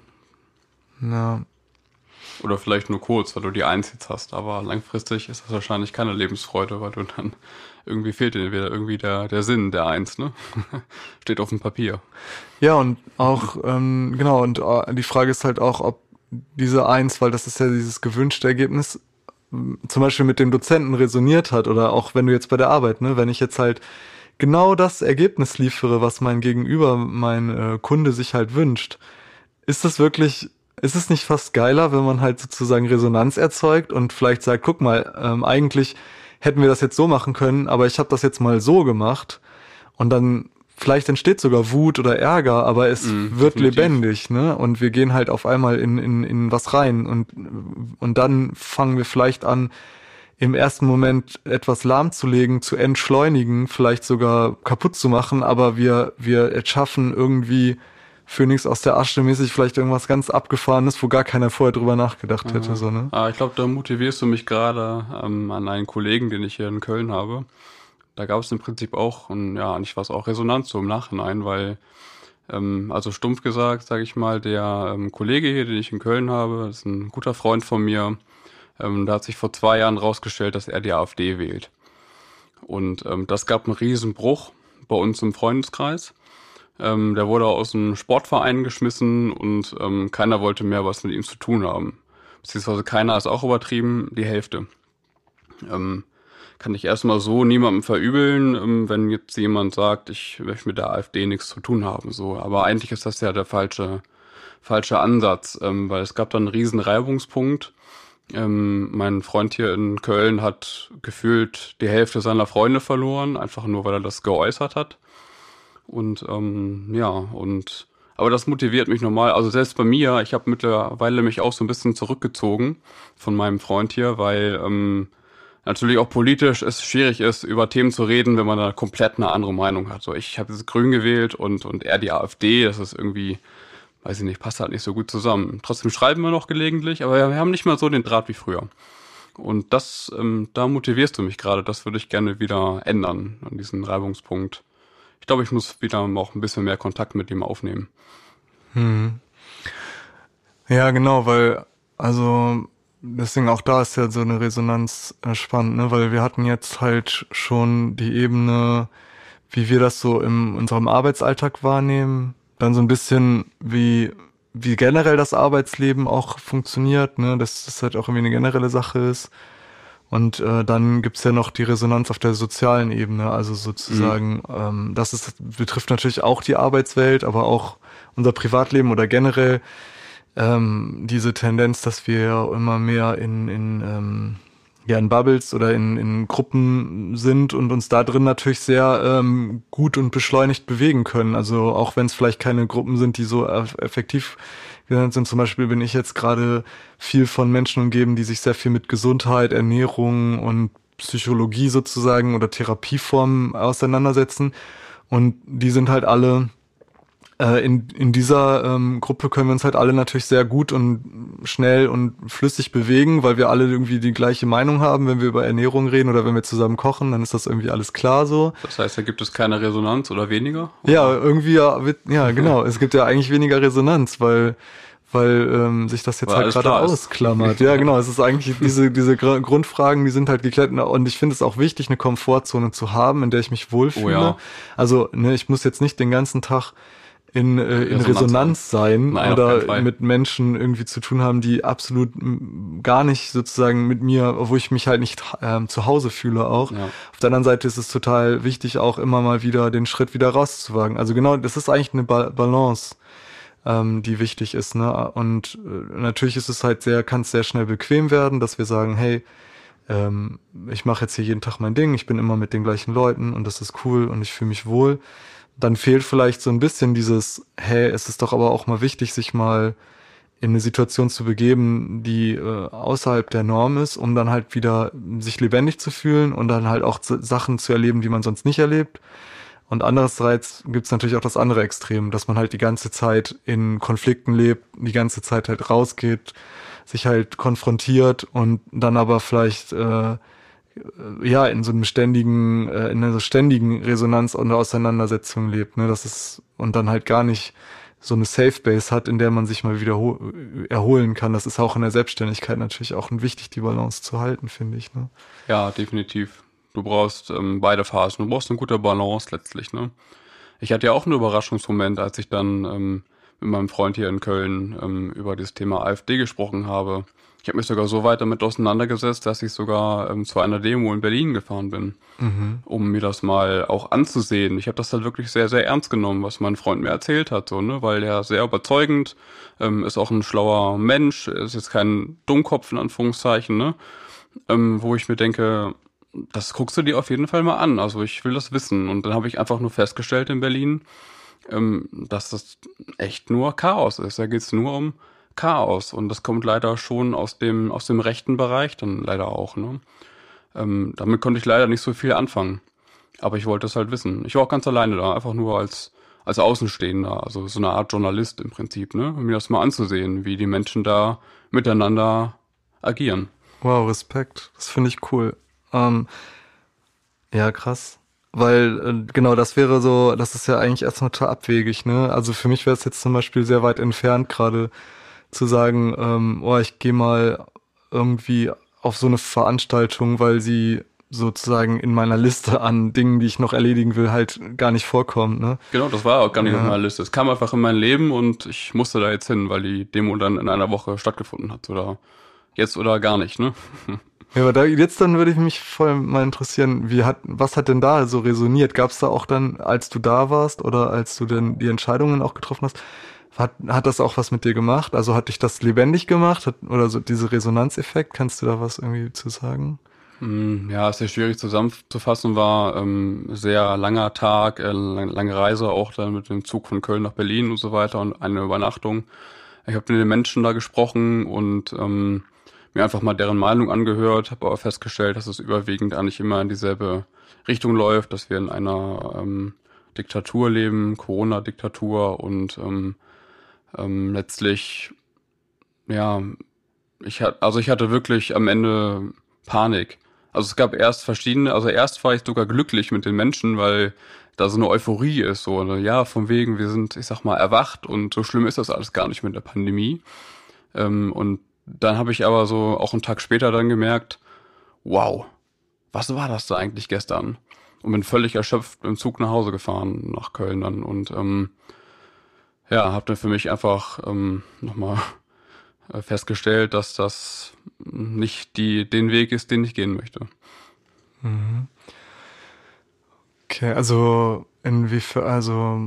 Ja. Oder vielleicht nur kurz, weil du die Eins jetzt hast, aber langfristig ist das wahrscheinlich keine Lebensfreude, weil du dann irgendwie fehlt dir wieder irgendwie der, der Sinn der Eins, ne? Steht auf dem Papier. Ja, und auch, ähm, genau, und äh, die Frage ist halt auch, ob diese Eins, weil das ist ja dieses gewünschte Ergebnis, zum Beispiel mit dem Dozenten resoniert hat oder auch wenn du jetzt bei der Arbeit, ne, wenn ich jetzt halt genau das Ergebnis liefere, was mein Gegenüber, mein äh, Kunde sich halt wünscht, ist das wirklich, ist es nicht fast geiler, wenn man halt sozusagen Resonanz erzeugt und vielleicht sagt, guck mal, ähm, eigentlich hätten wir das jetzt so machen können, aber ich habe das jetzt mal so gemacht und dann vielleicht entsteht sogar Wut oder Ärger, aber es mm, wird definitiv lebendig, ne? Und wir gehen halt auf einmal in in in was rein und und dann fangen wir vielleicht an, im ersten Moment etwas lahmzulegen, zu entschleunigen, vielleicht sogar kaputt zu machen, aber wir wir erschaffen irgendwie Phönix aus der Asche mäßig vielleicht irgendwas ganz Abgefahrenes, wo gar keiner vorher drüber nachgedacht hätte. Ja. So, ne? Ah, ich glaube, da motivierst du mich gerade ähm, an einen Kollegen, den ich hier in Köln habe. Da gab es im Prinzip auch, und ja, eigentlich war es auch Resonanz so im Nachhinein, weil, ähm, also stumpf gesagt, sage ich mal, der ähm, Kollege hier, den ich in Köln habe, ist ein guter Freund von mir, ähm, da hat sich vor zwei Jahren rausgestellt, dass er die AfD wählt. Und ähm, das gab einen riesen Bruch bei uns im Freundeskreis. Ähm, der wurde aus dem Sportverein geschmissen und ähm, keiner wollte mehr was mit ihm zu tun haben. Beziehungsweise keiner ist auch übertrieben, die Hälfte. Ähm, kann ich erstmal so niemandem verübeln, ähm, wenn jetzt jemand sagt, ich möchte mit der AfD nichts zu tun haben. So, aber eigentlich ist das ja der falsche, falsche Ansatz, ähm, weil es gab dann einen riesen Reibungspunkt. Ähm, mein Freund hier in Köln hat gefühlt die Hälfte seiner Freunde verloren, einfach nur, weil er das geäußert hat. Und ähm, ja, und aber das motiviert mich normal. Also selbst bei mir, ich habe mittlerweile mich auch so ein bisschen zurückgezogen von meinem Freund hier, weil ähm, natürlich auch politisch es schwierig ist, über Themen zu reden, wenn man da komplett eine andere Meinung hat. So, ich habe jetzt Grün gewählt und und er die AfD. Das ist irgendwie, weiß ich nicht, passt halt nicht so gut zusammen. Trotzdem schreiben wir noch gelegentlich, aber wir haben nicht mal so den Draht wie früher. Und das, ähm, da motivierst du mich gerade. Das würde ich gerne wieder ändern an diesen Reibungspunkt. Ich glaube, ich muss wieder auch ein bisschen mehr Kontakt mit ihm aufnehmen. Hm. Ja, genau, weil, also deswegen auch da ist ja so eine Resonanz äh, spannend, ne? Weil wir hatten jetzt halt schon die Ebene, wie wir das so in unserem Arbeitsalltag wahrnehmen, dann so ein bisschen wie wie generell das Arbeitsleben auch funktioniert, ne? Dass das halt auch irgendwie eine generelle Sache ist. Und äh, dann gibt's ja noch die Resonanz auf der sozialen Ebene, also sozusagen, mhm. ähm, das ist, betrifft natürlich auch die Arbeitswelt, aber auch unser Privatleben oder generell ähm, diese Tendenz, dass wir immer mehr in in ähm, ja in Bubbles oder in in Gruppen sind und uns da drin natürlich sehr ähm, gut und beschleunigt bewegen können. Also auch wenn es vielleicht keine Gruppen sind, die so eff- effektiv genannt sind. Zum Beispiel bin ich jetzt gerade viel von Menschen umgeben, die sich sehr viel mit Gesundheit, Ernährung und Psychologie sozusagen oder Therapieformen auseinandersetzen. Und die sind halt alle Äh, in, in dieser ähm, Gruppe können wir uns halt alle natürlich sehr gut und schnell und flüssig bewegen, weil wir alle irgendwie die gleiche Meinung haben. Wenn wir über Ernährung reden oder wenn wir zusammen kochen, dann ist das irgendwie alles klar so. Das heißt, da gibt es keine Resonanz oder weniger? Oder? Ja, irgendwie, ja, wird- ja, genau. Es gibt ja eigentlich weniger Resonanz, weil weil ähm, sich das jetzt Weil halt alles gerade klar ist. ausklammert. Ja, genau. Es ist eigentlich diese diese Gr- Grundfragen, die sind halt geklärt. Und ich finde es auch wichtig, eine Komfortzone zu haben, in der ich mich wohlfühle. Oh ja. Also, ne, ich muss jetzt nicht den ganzen Tag in, äh, in Resonanz Resonanz sein Nein, auf keinen oder Fall. mit Menschen irgendwie zu tun haben, die absolut m, gar nicht sozusagen mit mir, wo ich mich halt nicht ähm, zu Hause fühle auch. Ja. Auf der anderen Seite ist es total wichtig, auch immer mal wieder den Schritt wieder rauszuwagen. Also genau, das ist eigentlich eine ba- Balance, ähm, die wichtig ist, ne? Und äh, natürlich ist es halt sehr, kann es sehr schnell bequem werden, dass wir sagen, hey, ähm, ich mache jetzt hier jeden Tag mein Ding, ich bin immer mit den gleichen Leuten und das ist cool und ich fühle mich wohl. Dann fehlt vielleicht so ein bisschen dieses, hey, es ist doch aber auch mal wichtig, sich mal in eine Situation zu begeben, die äh, außerhalb der Norm ist, um dann halt wieder sich lebendig zu fühlen und dann halt auch zu, Sachen zu erleben, die man sonst nicht erlebt. Und andererseits gibt's natürlich auch das andere Extrem, dass man halt die ganze Zeit in Konflikten lebt, die ganze Zeit halt rausgeht, sich halt konfrontiert und dann aber vielleicht äh, ja in so einem ständigen, äh, in einer ständigen Resonanz und Auseinandersetzung lebt, ne? Das ist und dann halt gar nicht so eine Safe Base hat, in der man sich mal wieder ho- erholen kann. Das ist auch in der Selbstständigkeit natürlich auch wichtig, die Balance zu halten, finde ich, ne? Ja, definitiv. Du brauchst ähm, beide Phasen. Du brauchst eine gute Balance letztlich, ne? Ich hatte ja auch einen Überraschungsmoment, als ich dann ähm, mit meinem Freund hier in Köln ähm, über das Thema AfD gesprochen habe. Ich habe mich sogar so weit damit auseinandergesetzt, dass ich sogar ähm, zu einer Demo in Berlin gefahren bin, Mhm. um mir das mal auch anzusehen. Ich habe das halt wirklich sehr, sehr ernst genommen, was mein Freund mir erzählt hat, so, ne, weil er sehr überzeugend, ähm, ist auch ein schlauer Mensch, ist jetzt kein Dummkopf in Anführungszeichen, ne, ähm, wo ich mir denke, das guckst du dir auf jeden Fall mal an. Also ich will das wissen. Und dann habe ich einfach nur festgestellt in Berlin, ähm, dass das echt nur Chaos ist. Da geht's nur um Chaos. Und das kommt leider schon aus dem aus dem rechten Bereich, dann leider auch. Ne? Ähm, damit konnte ich leider nicht so viel anfangen. Aber ich wollte es halt wissen. Ich war auch ganz alleine da, einfach nur als als Außenstehender, also so eine Art Journalist im Prinzip, ne, um mir das mal anzusehen, wie die Menschen da miteinander agieren. Wow, Respekt. Das finde ich cool. Ähm, ja, krass. Weil, äh, genau, das wäre so, das ist ja eigentlich erstmal total abwegig, ne? Also für mich wäre es jetzt zum Beispiel sehr weit entfernt, gerade zu sagen, ähm, oh, ich gehe mal irgendwie auf so eine Veranstaltung, weil sie sozusagen in meiner Liste an Dingen, die ich noch erledigen will, halt gar nicht vorkommt, ne? Genau, das war auch gar nicht Ja. auf meiner Liste. Es kam einfach in mein Leben und ich musste da jetzt hin, weil die Demo dann in einer Woche stattgefunden hat. Oder jetzt oder gar nicht, ne? Ja, aber da, jetzt dann würde ich mich voll mal interessieren, wie hat, was hat denn da so resoniert? Gab es da auch dann, als du da warst oder als du denn die Entscheidungen auch getroffen hast, hat, hat das auch was mit dir gemacht? Also hat dich das lebendig gemacht? Hat, oder so diese Resonanzeffekt? Kannst du da was irgendwie zu sagen? Hm, Ja, ist sehr schwierig zusammenzufassen, war ähm, sehr langer Tag, äh, lang- lange Reise, auch dann mit dem Zug von Köln nach Berlin und so weiter und eine Übernachtung. Ich habe mit den Menschen da gesprochen und ähm, mir einfach mal deren Meinung angehört, habe aber festgestellt, dass es überwiegend eigentlich immer in dieselbe Richtung läuft, dass wir in einer ähm, Diktatur leben, Corona-Diktatur und ähm, ähm, letztlich, ja, ich hatte, also ich hatte wirklich am Ende Panik. Also es gab erst verschiedene, also erst war ich sogar glücklich mit den Menschen, weil da so eine Euphorie ist, so, ne? Ja, von wegen, wir sind, ich sag mal, erwacht und so schlimm ist das alles gar nicht mit der Pandemie. Ähm, und dann habe ich aber so auch einen Tag später dann gemerkt, wow, was war das da eigentlich gestern? Und bin völlig erschöpft im Zug nach Hause gefahren, nach Köln dann und ähm, ja, habe dann für mich einfach ähm, nochmal äh, festgestellt, dass das nicht die den Weg ist, den ich gehen möchte. Mhm. Okay, also inwiefern, also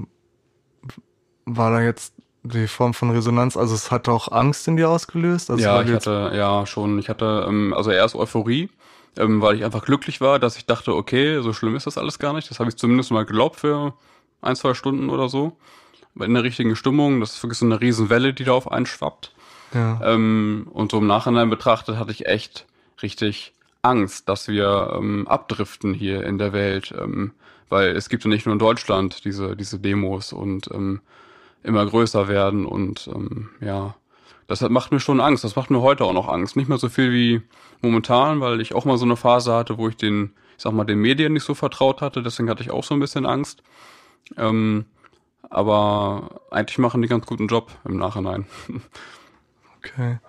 war da jetzt die Form von Resonanz, also es hat auch Angst in dir ausgelöst? Also Ja, weil ich du jetzt, hatte, ja, schon, ich hatte, ähm, also erst Euphorie, ähm, weil ich einfach glücklich war, dass ich dachte, okay, so schlimm ist das alles gar nicht. Das habe ich zumindest mal geglaubt für ein, zwei Stunden oder so. Aber in der richtigen Stimmung, das ist wirklich so eine Riesenwelle, die da auf einen schwappt. ja. Ähm, und so im Nachhinein betrachtet hatte ich echt richtig Angst, dass wir ähm, abdriften hier in der Welt. Ähm, weil es gibt ja nicht nur in Deutschland diese, diese Demos und ähm, immer größer werden und ähm, ja, das macht mir schon Angst. Das macht mir heute auch noch Angst. Nicht mehr so viel wie momentan, weil ich auch mal so eine Phase hatte, wo ich den, ich sag mal, den Medien nicht so vertraut hatte. Deswegen hatte ich auch so ein bisschen Angst. Ähm, aber eigentlich machen die ganz guten Job im Nachhinein. Okay.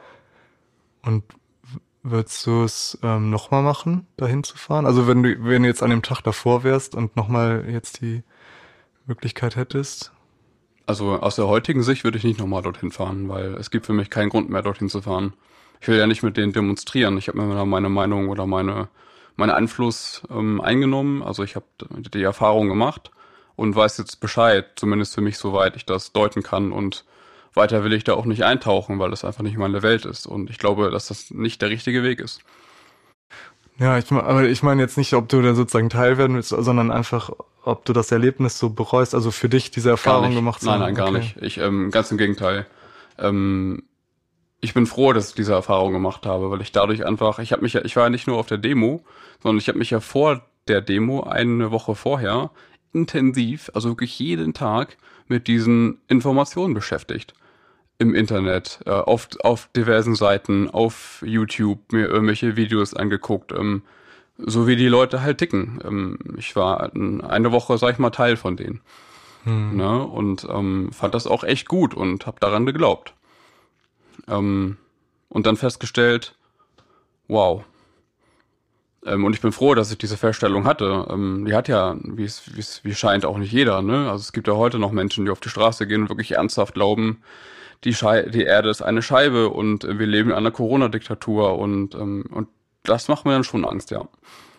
Und würdest du es ähm, nochmal machen, dahin zu fahren? Also wenn du, wenn du jetzt an dem Tag davor wärst und nochmal jetzt die Möglichkeit hättest? Also aus der heutigen Sicht würde ich nicht nochmal dorthin fahren, weil es gibt für mich keinen Grund mehr, dorthin zu fahren. Ich will ja nicht mit denen demonstrieren. Ich habe mir da meine Meinung oder meine meine Einfluss ähm, eingenommen. Also ich habe die Erfahrung gemacht und weiß jetzt Bescheid, zumindest für mich, soweit ich das deuten kann. Und weiter will ich da auch nicht eintauchen, weil das einfach nicht meine Welt ist. Und ich glaube, dass das nicht der richtige Weg ist. Ja, ich mein, aber ich meine jetzt nicht, ob du da sozusagen Teil werden willst, sondern einfach, ob du das Erlebnis so bereust, also für dich diese Erfahrung gemacht zu haben. Nein, nein, gar okay. nicht. Ich, ähm, ganz im Gegenteil. Ähm, ich bin froh, dass ich diese Erfahrung gemacht habe, weil ich dadurch einfach, ich habe mich ja, ich war ja nicht nur auf der Demo, sondern ich habe mich ja vor der Demo eine Woche vorher intensiv, also wirklich jeden Tag mit diesen Informationen beschäftigt. Im Internet, äh, auf, auf diversen Seiten, auf YouTube mir irgendwelche Videos angeguckt, ähm, so wie die Leute halt ticken. Ähm, ich war eine Woche, sag ich mal, Teil von denen. Hm. Ne? Und ähm, fand das auch echt gut und habe daran geglaubt. Ähm, und dann festgestellt, wow. Ähm, und ich bin froh, dass ich diese Feststellung hatte. Ähm, die hat ja, wie es wie es wie scheint, auch nicht jeder. Ne? Also es gibt ja heute noch Menschen, die auf die Straße gehen und wirklich ernsthaft glauben, die, Schei- die Erde ist eine Scheibe und wir leben in einer Corona-Diktatur und, ähm, und das macht mir dann schon Angst, ja.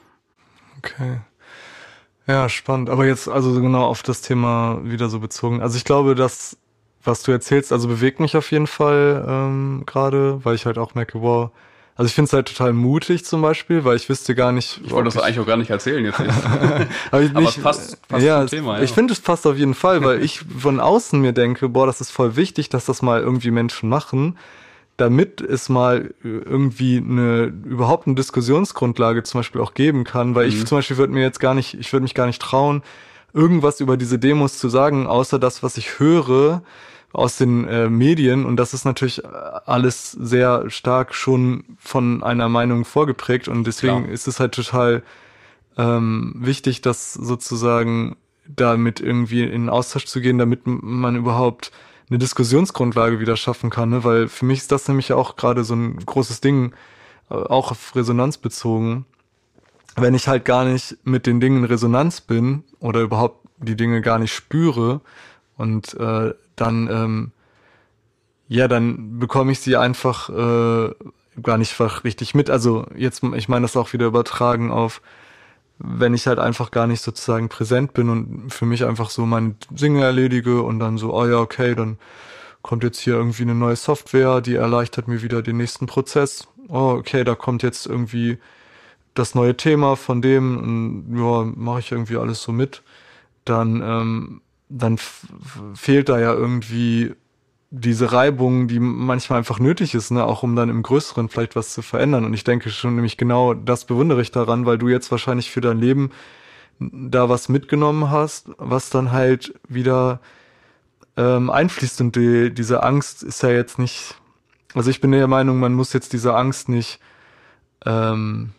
Okay. Ja, spannend. Aber jetzt also genau auf das Thema wieder so bezogen. Also ich glaube, das, was du erzählst, also bewegt mich auf jeden Fall ähm, gerade, weil ich halt auch merke, wow, also ich finde es halt total mutig zum Beispiel, weil ich wüsste gar nicht... Ich wollte das ich eigentlich auch gar nicht erzählen jetzt. aber ich, aber nicht, es passt, passt ja, zum Thema, ja. Ich finde, es passt auf jeden Fall, weil ich von außen mir denke, boah, das ist voll wichtig, dass das mal irgendwie Menschen machen, damit es mal irgendwie eine überhaupt eine Diskussionsgrundlage zum Beispiel auch geben kann, weil mhm. ich zum Beispiel würde mir jetzt gar nicht, ich würde mich gar nicht trauen, irgendwas über diese Demos zu sagen, außer das, was ich höre aus den äh, Medien, und das ist natürlich alles sehr stark schon von einer Meinung vorgeprägt, und deswegen Klar. ist es halt total ähm, wichtig, das sozusagen damit irgendwie in Austausch zu gehen, damit man überhaupt eine Diskussionsgrundlage wieder schaffen kann, ne? Weil für mich ist das nämlich auch gerade so ein großes Ding, äh, auch auf Resonanz bezogen. Wenn ich halt gar nicht mit den Dingen in Resonanz bin oder überhaupt die Dinge gar nicht spüre, und äh, dann ähm, ja, dann bekomme ich sie einfach äh, gar nicht richtig mit. Also jetzt, ich meine das auch wieder übertragen auf, wenn ich halt einfach gar nicht sozusagen präsent bin und für mich einfach so meine Dinge erledige und dann so, oh ja, okay, dann kommt jetzt hier irgendwie eine neue Software, die erleichtert mir wieder den nächsten Prozess. Oh, okay, da kommt jetzt irgendwie das neue Thema von dem, und ja, mache ich irgendwie alles so mit. Dann ähm, dann f- fehlt da ja irgendwie diese Reibung, die manchmal einfach nötig ist, ne, auch um dann im Größeren vielleicht was zu verändern. Und ich denke schon, nämlich genau das bewundere ich daran, weil du jetzt wahrscheinlich für dein Leben da was mitgenommen hast, was dann halt wieder ähm, einfließt. Und die, diese Angst ist ja jetzt nicht, also ich bin der Meinung, man muss jetzt diese Angst nicht ähm,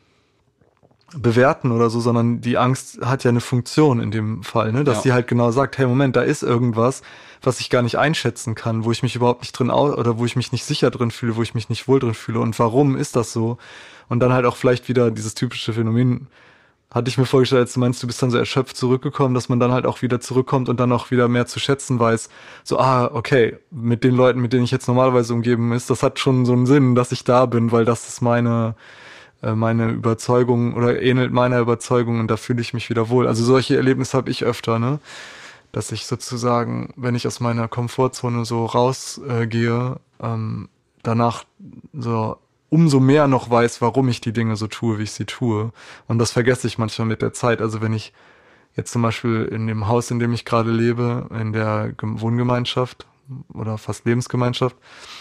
bewerten oder so, sondern die Angst hat ja eine Funktion in dem Fall, ne, dass ja. sie halt genau sagt, hey, Moment, da ist irgendwas, was ich gar nicht einschätzen kann, wo ich mich überhaupt nicht drin au- oder wo ich mich nicht sicher drin fühle, wo ich mich nicht wohl drin fühle, und warum ist das so? Und dann halt auch vielleicht wieder dieses typische Phänomen, hatte ich mir vorgestellt, als du meinst, du bist dann so erschöpft zurückgekommen, dass man dann halt auch wieder zurückkommt und dann auch wieder mehr zu schätzen weiß, so, ah, okay, mit den Leuten, mit denen ich jetzt normalerweise umgeben ist, das hat schon so einen Sinn, dass ich da bin, weil das ist meine meine Überzeugung oder ähnelt meiner Überzeugung, und da fühle ich mich wieder wohl. Also solche Erlebnisse habe ich öfter, ne, dass ich sozusagen, wenn ich aus meiner Komfortzone so rausgehe, äh, ähm, danach so umso mehr noch weiß, warum ich die Dinge so tue, wie ich sie tue. Und das vergesse ich manchmal mit der Zeit. Also wenn ich jetzt zum Beispiel in dem Haus, in dem ich gerade lebe, in der Wohngemeinschaft oder fast Lebensgemeinschaft,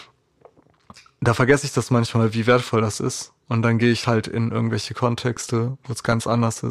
da vergesse ich das manchmal, wie wertvoll das ist. Und dann gehe ich halt in irgendwelche Kontexte, wo es ganz anders ist.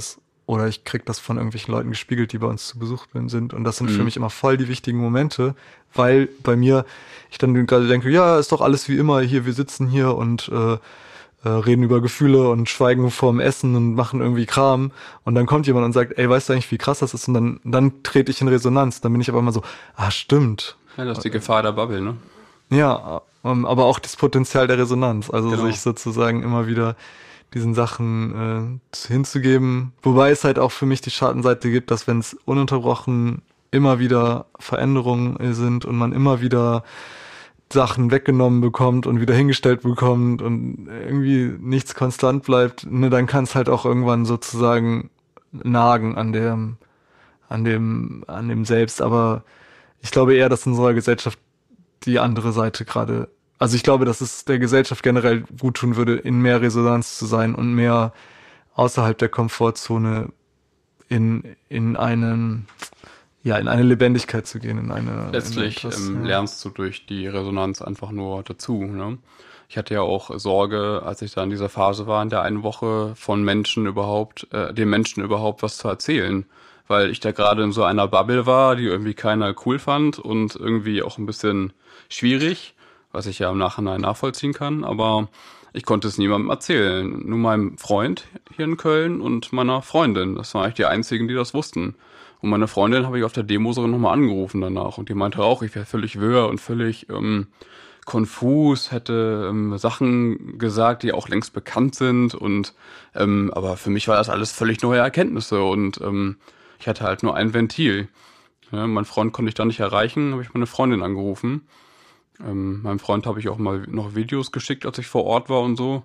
oder ich krieg das von irgendwelchen Leuten gespiegelt, die bei uns zu Besuch sind. Und das sind Mhm. für mich immer voll die wichtigen Momente, weil bei mir, ich dann gerade denke, ja, ist doch alles wie immer hier, wir sitzen hier und äh, äh, reden über Gefühle und schweigen vorm Essen und machen irgendwie Kram. Und dann kommt jemand und sagt, ey, weißt du eigentlich, wie krass das ist? Und dann, dann trete ich in Resonanz. Dann bin ich aber immer so, ah, stimmt. Ja, das ist die Gefahr der Bubble, ne? Ja, um, aber auch das Potenzial der Resonanz. Also Genau. sich sozusagen immer wieder diesen Sachen äh, hinzugeben. Wobei es halt auch für mich die Schattenseite gibt, dass wenn es ununterbrochen immer wieder Veränderungen sind und man immer wieder Sachen weggenommen bekommt und wieder hingestellt bekommt und irgendwie nichts konstant bleibt, ne, dann kann es halt auch irgendwann sozusagen nagen an dem, an dem, an dem Selbst. Aber ich glaube eher, dass in unserer Gesellschaft die andere Seite gerade, also ich glaube, dass es der Gesellschaft generell gut tun würde, in mehr Resonanz zu sein und mehr außerhalb der Komfortzone in, in einen, ja, in eine Lebendigkeit zu gehen, in eine... Letztlich in etwas, ähm, ja. lernst du durch die Resonanz einfach nur dazu. Ne? Ich hatte ja auch Sorge, als ich da in dieser Phase war, in der einen Woche von Menschen überhaupt, äh, den Menschen überhaupt was zu erzählen. Weil ich da gerade in so einer Bubble war, die irgendwie keiner cool fand und irgendwie auch ein bisschen schwierig, was ich ja im Nachhinein nachvollziehen kann. Aber ich konnte es niemandem erzählen. Nur meinem Freund hier in Köln und meiner Freundin. Das waren eigentlich die einzigen, die das wussten. Und meine Freundin habe ich auf der Demo sogar nochmal angerufen danach. Und die meinte auch, ich wäre völlig wirr und völlig ähm, konfus, hätte ähm, Sachen gesagt, die auch längst bekannt sind. Und ähm, aber für mich war das alles völlig neue Erkenntnisse. Und ähm, ich hatte halt nur ein Ventil. Ja, meinen Freund konnte ich da nicht erreichen, habe ich meine Freundin angerufen. Ähm, meinem Freund habe ich auch mal noch Videos geschickt, als ich vor Ort war und so.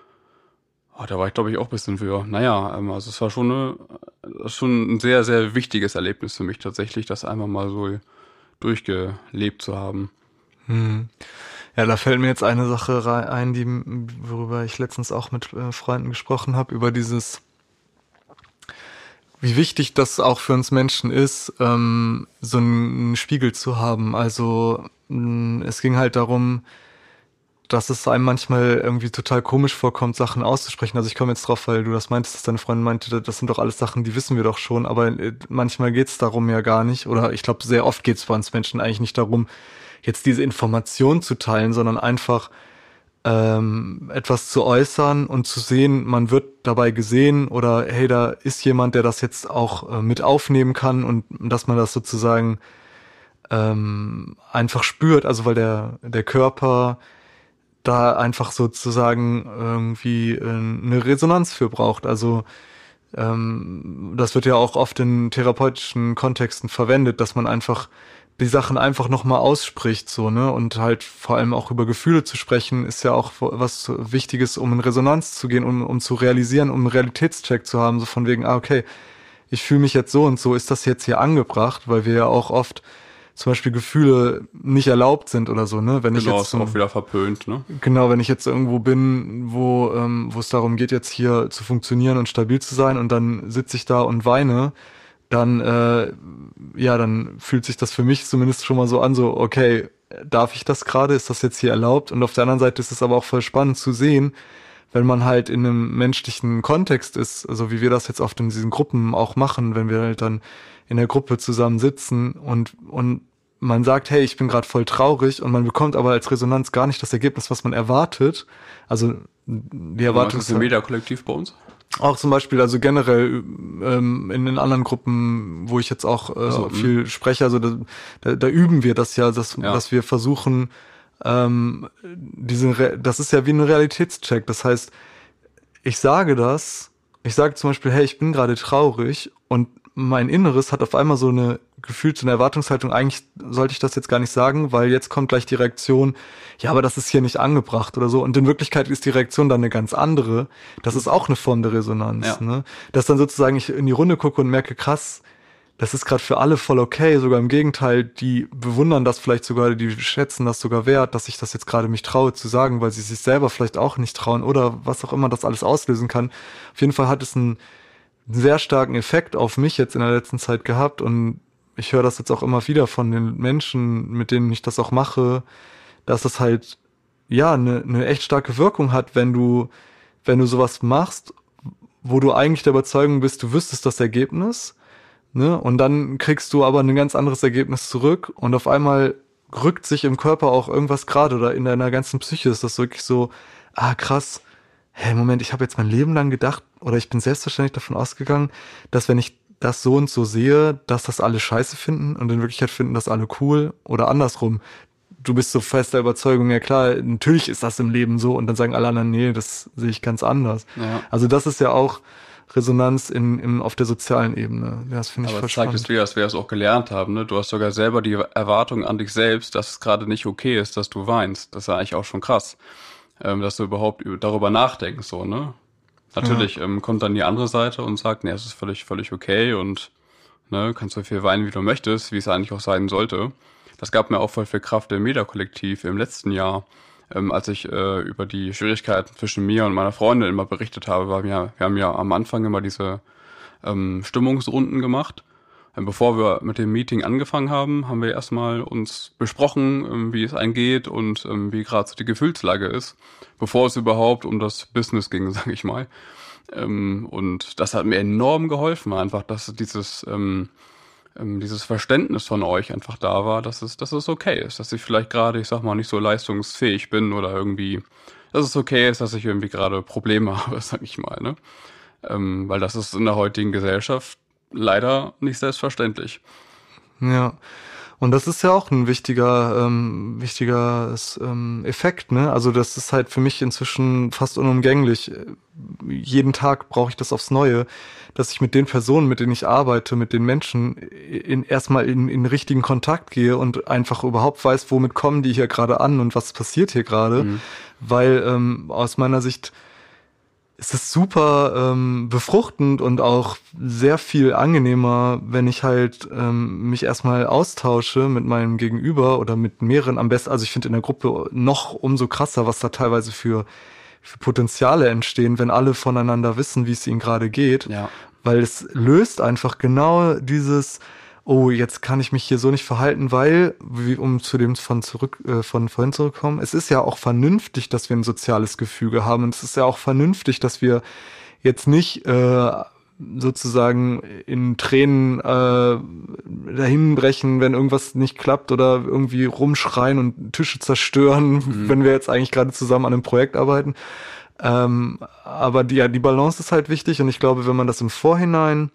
Oh, da war ich, glaube ich, auch ein bisschen für. Naja, ähm, also es war schon, eine, das ist schon ein sehr, sehr wichtiges Erlebnis für mich tatsächlich, das einmal mal so durchgelebt zu haben. Hm. Ja, da fällt mir jetzt eine Sache rein, ein, die, worüber ich letztens auch mit äh, Freunden gesprochen habe, über dieses, wie wichtig das auch für uns Menschen ist, ähm, so einen Spiegel zu haben. Also mh, es ging halt darum, dass es einem manchmal irgendwie total komisch vorkommt, Sachen auszusprechen. Also ich komme jetzt drauf, weil du das meintest, dass deine Freundin meinte, das sind doch alles Sachen, die wissen wir doch schon, aber äh, manchmal geht's darum ja gar nicht. Oder ich glaube, sehr oft geht's bei uns Menschen eigentlich nicht darum, jetzt diese Information zu teilen, sondern einfach ähm, etwas zu äußern und zu sehen, man wird dabei gesehen oder hey, da ist jemand, der das jetzt auch äh, mit aufnehmen kann und dass man das sozusagen ähm, einfach spürt, also weil der der Körper da einfach sozusagen irgendwie äh, eine Resonanz für braucht. Also ähm, das wird ja auch oft in therapeutischen Kontexten verwendet, dass man einfach die Sachen einfach nochmal ausspricht, so, ne, und halt vor allem auch über Gefühle zu sprechen, ist ja auch was Wichtiges, um in Resonanz zu gehen, um, um zu realisieren, um einen Realitätscheck zu haben, so von wegen, ah, okay, ich fühle mich jetzt so und so, ist das jetzt hier angebracht, weil wir ja auch oft zum Beispiel Gefühle nicht erlaubt sind oder so, ne, wenn ich Genau, jetzt ist zum, auch wieder verpönt, ne? Genau, wenn ich jetzt irgendwo bin, wo ähm, wo es darum geht, jetzt hier zu funktionieren und stabil zu sein und dann sitze ich da und weine, dann äh, ja, dann fühlt sich das für mich zumindest schon mal so an, so okay, darf ich das gerade? Ist das jetzt hier erlaubt? Und auf der anderen Seite ist es aber auch voll spannend zu sehen, wenn man halt in einem menschlichen Kontext ist, also wie wir das jetzt oft in diesen Gruppen auch machen, wenn wir halt dann in der Gruppe zusammen sitzen und und man sagt, hey, ich bin gerade voll traurig und man bekommt aber als Resonanz gar nicht das Ergebnis, was man erwartet. Also die Erwartung ist im Media-Kollektiv bei uns. Auch zum Beispiel, also generell ähm, in den anderen Gruppen, wo ich jetzt auch äh, Also, viel spreche, also da, da, da üben wir das ja, dass, Ja. dass wir versuchen, ähm, diesen, Re- das ist ja wie ein Realitätscheck. Das heißt, ich sage das, ich sage zum Beispiel, hey, ich bin gerade traurig und mein Inneres hat auf einmal so eine gefühlt so eine Erwartungshaltung, eigentlich sollte ich das jetzt gar nicht sagen, weil jetzt kommt gleich die Reaktion, ja, aber das ist hier nicht angebracht oder so. Und in Wirklichkeit ist die Reaktion dann eine ganz andere. Das ist auch eine Form der Resonanz. Ja. Ne? Dass dann sozusagen ich in die Runde gucke und merke, krass, das ist gerade für alle voll okay. Sogar im Gegenteil, die bewundern das vielleicht sogar, die schätzen das sogar wert, dass ich das jetzt gerade mich traue zu sagen, weil sie sich selber vielleicht auch nicht trauen oder was auch immer das alles auslösen kann. Auf jeden Fall hat es einen sehr starken Effekt auf mich jetzt in der letzten Zeit gehabt und ich höre das jetzt auch immer wieder von den Menschen, mit denen ich das auch mache, dass es halt, ja, eine, eine echt starke Wirkung hat, wenn du, wenn du sowas machst wo du eigentlich der Überzeugung bist, du wüsstest das Ergebnis, ne? Und dann kriegst du aber ein ganz anderes Ergebnis zurück und auf einmal rückt sich im Körper auch irgendwas gerade oder in deiner ganzen Psyche ist das wirklich so, ah krass, hey Moment, ich habe jetzt mein Leben lang gedacht oder ich bin selbstverständlich davon ausgegangen, dass wenn ich das so und so sehe, dass das alle scheiße finden und in Wirklichkeit finden das alle cool oder andersrum. Du bist so fester Überzeugung, ja klar, natürlich ist das im Leben so und dann sagen alle anderen, nee, das sehe ich ganz anders. Ja. Also das ist ja auch Resonanz in, in, auf der sozialen Ebene. Ja, das finde ich Aber voll das zeigt spannend. es wieder, dass wir es auch gelernt haben. Ne? Du hast sogar selber die Erwartung an dich selbst, dass es gerade nicht okay ist, dass du weinst. Das ist ja eigentlich auch schon krass, ähm, dass du überhaupt darüber nachdenkst. So, ne? Natürlich ja. ähm, kommt dann die andere Seite und sagt, nee, es ist völlig, völlig okay und ne, kannst so viel weinen, wie du möchtest, wie es eigentlich auch sein sollte. Das gab mir auch voll viel Kraft im Meta-Kollektiv im letzten Jahr, ähm, als ich äh, über die Schwierigkeiten zwischen mir und meiner Freundin immer berichtet habe, weil wir, wir haben ja am Anfang immer diese ähm, Stimmungsrunden gemacht. Ähm, bevor wir mit dem Meeting angefangen haben, haben wir erstmal uns besprochen, ähm, wie es einem geht und ähm, wie gerade so die Gefühlslage ist, bevor es überhaupt um das Business ging, sag ich mal. Ähm, und das hat mir enorm geholfen, einfach, dass dieses ähm, dieses Verständnis von euch einfach da war, dass es, dass es okay ist, dass ich vielleicht gerade, ich sag mal, nicht so leistungsfähig bin oder irgendwie, dass es okay ist, dass ich irgendwie gerade Probleme habe, sag ich mal, ne? Ähm, weil das ist in der heutigen Gesellschaft leider nicht selbstverständlich. Ja. Und das ist ja auch ein wichtiger, ähm, wichtiger ähm, Effekt, ne? Also das ist halt für mich inzwischen fast unumgänglich. Jeden Tag brauche ich das aufs Neue, dass ich mit den Personen, mit denen ich arbeite, mit den Menschen in, erstmal in, in richtigen Kontakt gehe und einfach überhaupt weiß, womit kommen die hier gerade an und was passiert hier gerade. Mhm. Weil ähm, aus meiner Sicht es ist super ähm, befruchtend und auch sehr viel angenehmer, wenn ich halt ähm, mich erstmal austausche mit meinem Gegenüber oder mit mehreren am besten. Also ich finde in der Gruppe noch umso krasser, was da teilweise für, für Potenziale entstehen, wenn alle voneinander wissen, wie es ihnen gerade geht. Ja. Weil es löst einfach genau dieses, oh, jetzt kann ich mich hier so nicht verhalten, weil, wie, um zu dem von zurück, äh, von vorhin zurückkommen, es ist ja auch vernünftig, dass wir ein soziales Gefüge haben und es ist ja auch vernünftig, dass wir jetzt nicht äh, sozusagen in Tränen äh, dahinbrechen, wenn irgendwas nicht klappt oder irgendwie rumschreien und Tische zerstören, mhm. wenn wir jetzt eigentlich gerade zusammen an einem Projekt arbeiten. Ähm, aber die, ja, die Balance ist halt wichtig und ich glaube, wenn man das im Vorhinein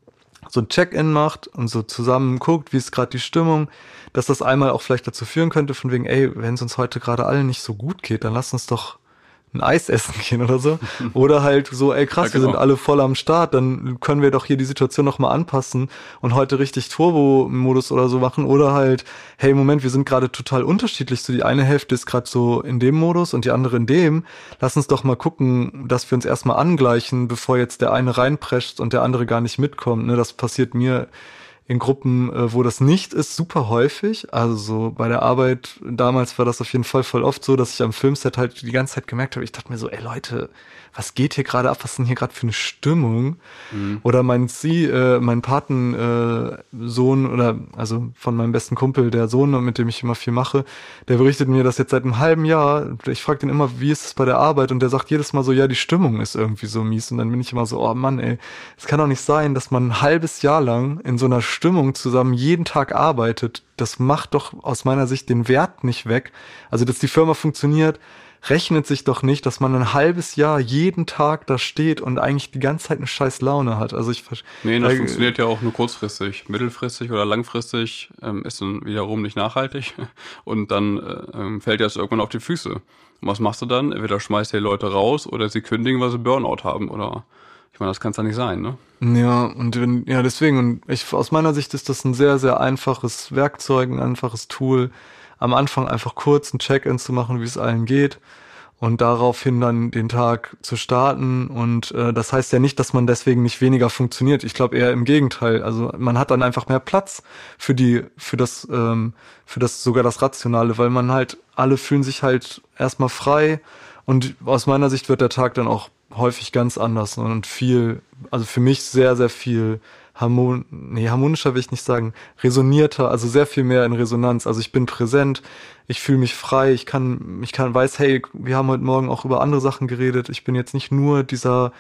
so ein Check-in macht und so zusammen guckt, wie ist gerade die Stimmung, dass das einmal auch vielleicht dazu führen könnte, von wegen, ey, wenn es uns heute gerade allen nicht so gut geht, dann lass uns doch ein Eis essen gehen oder so. Oder halt so, ey krass, ja, genau. Wir sind alle voll am Start, dann können wir doch hier die Situation nochmal anpassen und heute richtig Turbo-Modus oder so machen. Oder halt, hey, Moment, wir sind gerade total unterschiedlich. So die eine Hälfte ist gerade so in dem Modus und die andere in dem. Lass uns doch mal gucken, dass wir uns erstmal angleichen, bevor jetzt der eine reinprescht und der andere gar nicht mitkommt. Ne, das passiert mir in Gruppen, wo das nicht ist, super häufig. Also so bei der Arbeit damals war das auf jeden Fall voll oft so, dass ich am Filmset halt die ganze Zeit gemerkt habe, ich dachte mir so, ey Leute, was geht hier gerade ab? Was ist denn hier gerade für eine Stimmung? Mhm. Oder mein Sie, äh, mein Patensohn äh, oder also von meinem besten Kumpel, der Sohn, mit dem ich immer viel mache, der berichtet mir das jetzt seit einem halben Jahr. Ich frage den immer, wie ist es bei der Arbeit? Und der sagt jedes Mal so, ja, die Stimmung ist irgendwie so mies. Und dann bin ich immer so, oh Mann, ey, es kann doch nicht sein, dass man ein halbes Jahr lang in so einer Stimmung zusammen jeden Tag arbeitet. Das macht doch aus meiner Sicht den Wert nicht weg. Also, dass die Firma funktioniert, rechnet sich doch nicht, dass man ein halbes Jahr jeden Tag da steht und eigentlich die ganze Zeit eine scheiß Laune hat. Also ich Nee, das äh, funktioniert ja auch nur kurzfristig. Mittelfristig oder langfristig ähm, ist dann wiederum nicht nachhaltig und dann äh, fällt dir das irgendwann auf die Füße. Und was machst du dann? Entweder schmeißt du die Leute raus oder sie kündigen, weil sie Burnout haben oder ich meine, das kann es ja nicht sein, ne? Ja, und wenn, ja, deswegen, und ich, aus meiner Sicht ist das ein sehr, sehr einfaches Werkzeug, ein einfaches Tool, am Anfang einfach kurz ein Check-in zu machen, wie es allen geht und daraufhin dann den Tag zu starten und äh, das heißt ja nicht, dass man deswegen nicht weniger funktioniert. Ich glaube eher im Gegenteil. Also man hat dann einfach mehr Platz für die, für das, ähm, für das sogar das Rationale, weil man halt, alle fühlen sich halt erstmal frei und aus meiner Sicht wird der Tag dann auch häufig ganz anders und viel, also für mich sehr, sehr viel harmon, nee, harmonischer will ich nicht sagen, resonierter, also sehr viel mehr in Resonanz. Also ich bin präsent, ich fühle mich frei, ich kann, ich kann, weiß, hey, wir haben heute Morgen auch über andere Sachen geredet. Ich bin jetzt nicht nur dieser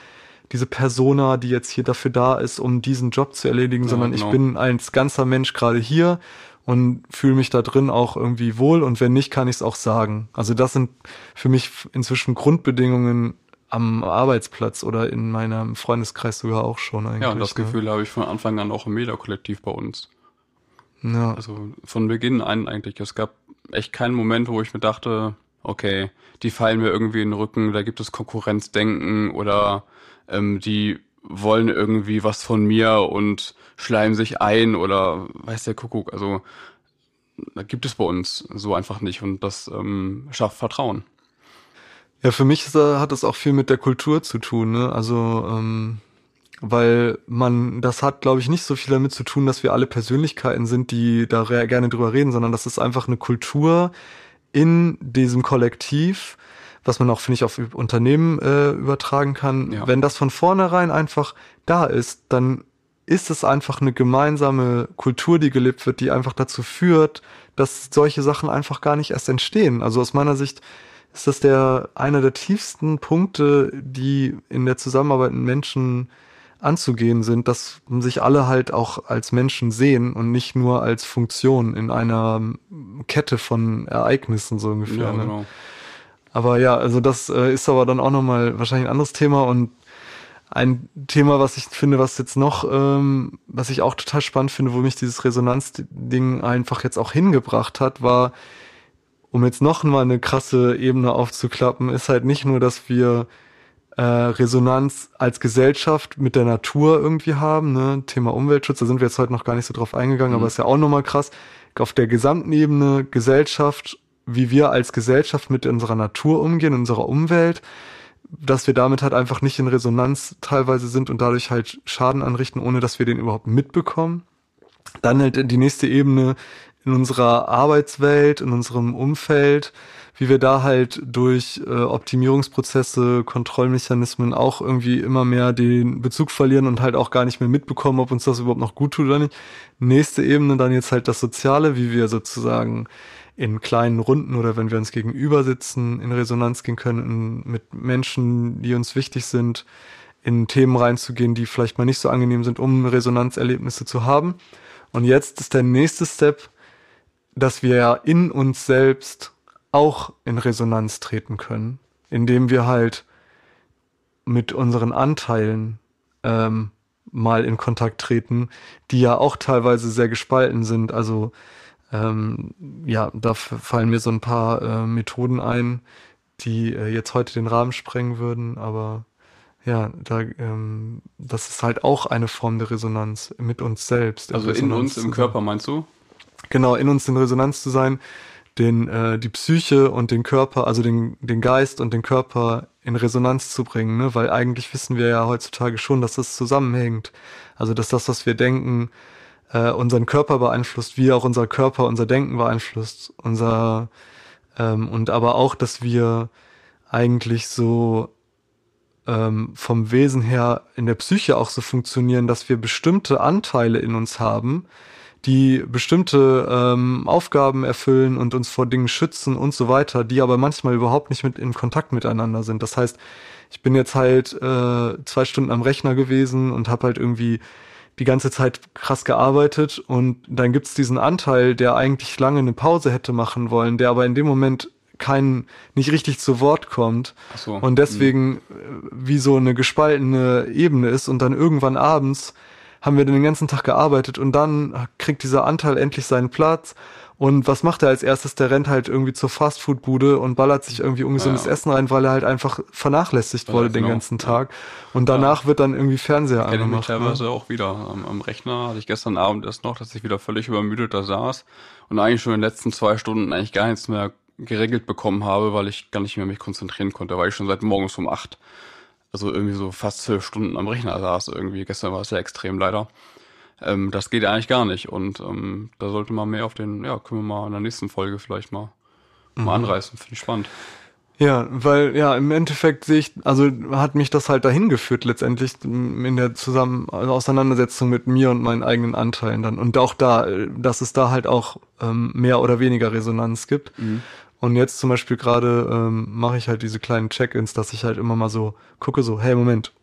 diese Persona, die jetzt hier dafür da ist, um diesen Job zu erledigen, Ja, sondern genau. ich bin als ganzer Mensch gerade hier und fühle mich da drin auch irgendwie wohl und wenn nicht, kann ich es auch sagen. Also das sind für mich inzwischen Grundbedingungen am Arbeitsplatz oder in meinem Freundeskreis sogar auch schon eigentlich. Ja, und das ne? Gefühl habe ich von Anfang an auch im Media-Kollektiv bei uns. Ja. Also von Beginn an eigentlich. Es gab echt keinen Moment, wo ich mir dachte, okay, die fallen mir irgendwie in den Rücken, da gibt es Konkurrenzdenken oder ähm, die wollen irgendwie was von mir und schleimen sich ein oder weiß der Kuckuck. Also da gibt es bei uns so einfach nicht und das ähm, schafft Vertrauen. Ja, für mich ist, äh, hat das auch viel mit der Kultur zu tun, ne? Also, ähm, weil man, das hat, glaube ich, nicht so viel damit zu tun, dass wir alle Persönlichkeiten sind, die da re- gerne drüber reden, sondern das ist einfach eine Kultur in diesem Kollektiv, was man auch, finde ich, auf Ü- Unternehmen äh, übertragen kann. Ja. Wenn das von vornherein einfach da ist, dann ist es einfach eine gemeinsame Kultur, die gelebt wird, die einfach dazu führt, dass solche Sachen einfach gar nicht erst entstehen. Also aus meiner Sicht ist das der einer der tiefsten Punkte, die in der Zusammenarbeit mit Menschen anzugehen sind, dass sich alle halt auch als Menschen sehen und nicht nur als Funktion in einer Kette von Ereignissen so ungefähr. Ja, ne? genau. Aber ja, also das äh, ist aber dann auch nochmal wahrscheinlich ein anderes Thema und ein Thema, was ich finde, was jetzt noch, ähm, was ich auch total spannend finde, wo mich dieses Resonanzding einfach jetzt auch hingebracht hat, war, um jetzt noch mal eine krasse Ebene aufzuklappen, ist halt nicht nur, dass wir äh, Resonanz als Gesellschaft mit der Natur irgendwie haben, ne? Thema Umweltschutz, da sind wir jetzt heute noch gar nicht so drauf eingegangen, Mhm. aber ist ja auch nochmal krass. Auf der gesamten Ebene Gesellschaft, wie wir als Gesellschaft mit unserer Natur umgehen, unserer Umwelt, dass wir damit halt einfach nicht in Resonanz teilweise sind und dadurch halt Schaden anrichten, ohne dass wir den überhaupt mitbekommen. Dann halt die nächste Ebene in unserer Arbeitswelt, in unserem Umfeld, wie wir da halt durch äh, Optimierungsprozesse, Kontrollmechanismen auch irgendwie immer mehr den Bezug verlieren und halt auch gar nicht mehr mitbekommen, ob uns das überhaupt noch gut tut oder nicht. Nächste Ebene dann jetzt halt das Soziale, wie wir sozusagen in kleinen Runden oder wenn wir uns gegenüber sitzen, in Resonanz gehen können, in, mit Menschen, die uns wichtig sind, in Themen reinzugehen, die vielleicht mal nicht so angenehm sind, um Resonanzerlebnisse zu haben. Und jetzt ist der nächste Step, dass wir ja in uns selbst auch in Resonanz treten können, indem wir halt mit unseren Anteilen ähm, mal in Kontakt treten, die ja auch teilweise sehr gespalten sind. Also ähm, ja, da f- fallen mir so ein paar äh, Methoden ein, die äh, jetzt heute den Rahmen sprengen würden, aber ja, da, ähm, das ist halt auch eine Form der Resonanz mit uns selbst. Also in Resonanz uns, zu im sein. Körper, meinst du? Genau, in uns in Resonanz zu sein, den äh, die Psyche und den Körper, also den den Geist und den Körper in Resonanz zu bringen, ne? Weil eigentlich wissen wir ja heutzutage schon, dass das zusammenhängt. Also dass das, was wir denken, äh, unseren Körper beeinflusst, wie auch unser Körper unser Denken beeinflusst, unser ähm, und aber auch, dass wir eigentlich so ähm, vom Wesen her in der Psyche auch so funktionieren, dass wir bestimmte Anteile in uns haben, die bestimmte ähm, Aufgaben erfüllen und uns vor Dingen schützen und so weiter, die aber manchmal überhaupt nicht mit in Kontakt miteinander sind. Das heißt, ich bin jetzt halt äh, zwei Stunden am Rechner gewesen und habe halt irgendwie die ganze Zeit krass gearbeitet und dann gibt's diesen Anteil, der eigentlich lange eine Pause hätte machen wollen, der aber in dem Moment kein nicht richtig zu Wort kommt Ach so. und deswegen äh, wie so eine gespaltene Ebene ist und dann irgendwann abends haben wir den ganzen Tag gearbeitet und dann kriegt dieser Anteil endlich seinen Platz. Und was macht er als erstes? Der rennt halt irgendwie zur Fastfood-Bude und ballert sich irgendwie ungesundes Ja, ja. Essen rein, weil er halt einfach vernachlässigt Ja, wurde den genau. ganzen Tag. Und danach wird dann irgendwie Fernseher Kenne ich mich angemacht. Ne? teilweise auch wieder. Am, am Rechner hatte ich gestern Abend erst noch, dass ich wieder völlig übermüdet da saß und eigentlich schon in den letzten zwei Stunden eigentlich gar nichts mehr geregelt bekommen habe, weil ich gar nicht mehr mich konzentrieren konnte. Da war ich schon seit morgens um acht. Also irgendwie so fast zwölf Stunden am Rechner saß irgendwie. Gestern war es sehr extrem leider. Ähm, das geht eigentlich gar nicht. Und ähm, da sollte man mehr auf den, ja, können wir mal in der nächsten Folge vielleicht mal, mal anreißen. Finde ich spannend. Ja, weil ja im Endeffekt sehe ich, also hat mich das halt dahin geführt letztendlich in der Zusammen also Auseinandersetzung mit mir und meinen eigenen Anteilen dann und auch da, dass es da halt auch ähm, mehr oder weniger Resonanz gibt. Mhm. Und jetzt zum Beispiel gerade ähm, mache ich halt diese kleinen Check-ins, dass ich halt immer mal so gucke, so hey Moment,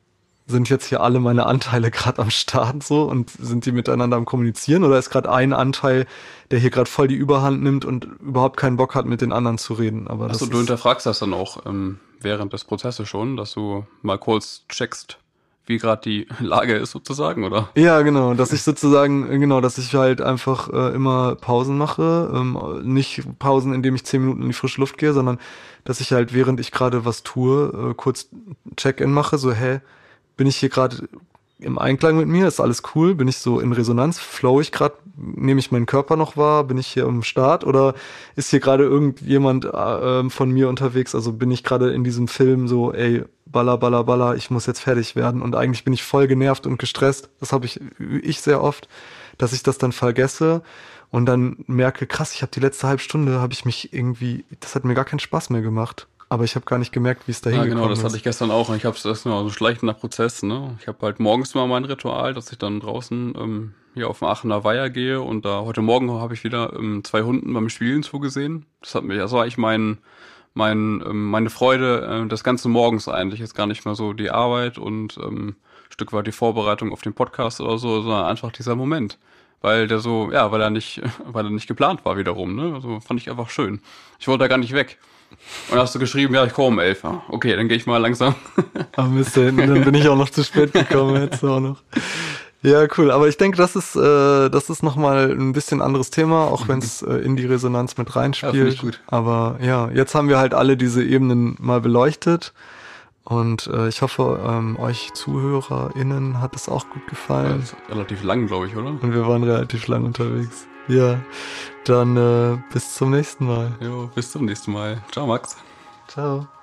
sind jetzt hier alle meine Anteile gerade am Start so und sind die miteinander am Kommunizieren oder ist gerade ein Anteil, der hier gerade voll die Überhand nimmt und überhaupt keinen Bock hat, mit den anderen zu reden. Aber Achso, du hinterfragst das dann auch ähm, während des Prozesses schon, dass du mal kurz checkst, wie gerade die Lage ist sozusagen, oder? Ja, genau, dass ich sozusagen, genau, dass ich halt einfach äh, immer Pausen mache, ähm, nicht Pausen, indem ich zehn Minuten in die frische Luft gehe, sondern dass ich halt, während ich gerade was tue, äh, kurz Check-in mache, so, hä, bin ich hier gerade im Einklang mit mir, ist alles cool, bin ich so in Resonanz, flow ich gerade, nehme ich meinen Körper noch wahr, bin ich hier im Start oder ist hier gerade irgendjemand äh, von mir unterwegs, also bin ich gerade in diesem Film so, ey, baller, baller, baller, ich muss jetzt fertig werden und eigentlich bin ich voll genervt und gestresst, das habe ich ich sehr oft, dass ich das dann vergesse und dann merke, krass, ich habe die letzte halbe Stunde, habe ich mich irgendwie, das hat mir gar keinen Spaß mehr gemacht. Aber ich habe gar nicht gemerkt, wie es dahin ja, gekommen ist. genau, das hatte ich gestern auch. Und ich habe es, das ist nur so ein schleichender Prozess. Ne? Ich habe halt morgens mal mein Ritual, dass ich dann draußen ähm, hier auf dem Aachener Weiher gehe. Und da heute Morgen habe ich wieder ähm, zwei Hunden beim Spielen zugesehen. Das hat mich, das war eigentlich mein, mein, ähm, meine Freude äh, des ganzen Morgens eigentlich. Jetzt gar nicht mehr so die Arbeit und ähm, ein Stück weit die Vorbereitung auf den Podcast oder so, sondern einfach dieser Moment. Weil der so, ja, weil er nicht, weil er nicht geplant war wiederum. Ne? Also fand ich einfach schön. Ich wollte da gar nicht weg. Und hast du geschrieben, ja, ich komme um elf. Okay, dann gehe ich mal langsam. Ah, Mist, dann bin ich auch noch zu spät gekommen jetzt auch noch. Ja, cool. Aber ich denke, das ist, äh, das ist nochmal ein bisschen anderes Thema, auch wenn es äh, in die Resonanz mit reinspielt. Ja, ich gut. Aber ja, jetzt haben wir halt alle diese Ebenen mal beleuchtet. Und äh, ich hoffe, ähm, euch ZuhörerInnen hat es auch gut gefallen. Ja, das ist relativ lang, glaube ich, oder? Und wir waren relativ lang unterwegs. Ja, dann äh, bis zum nächsten Mal. Jo, bis zum nächsten Mal. Ciao, Max. Ciao.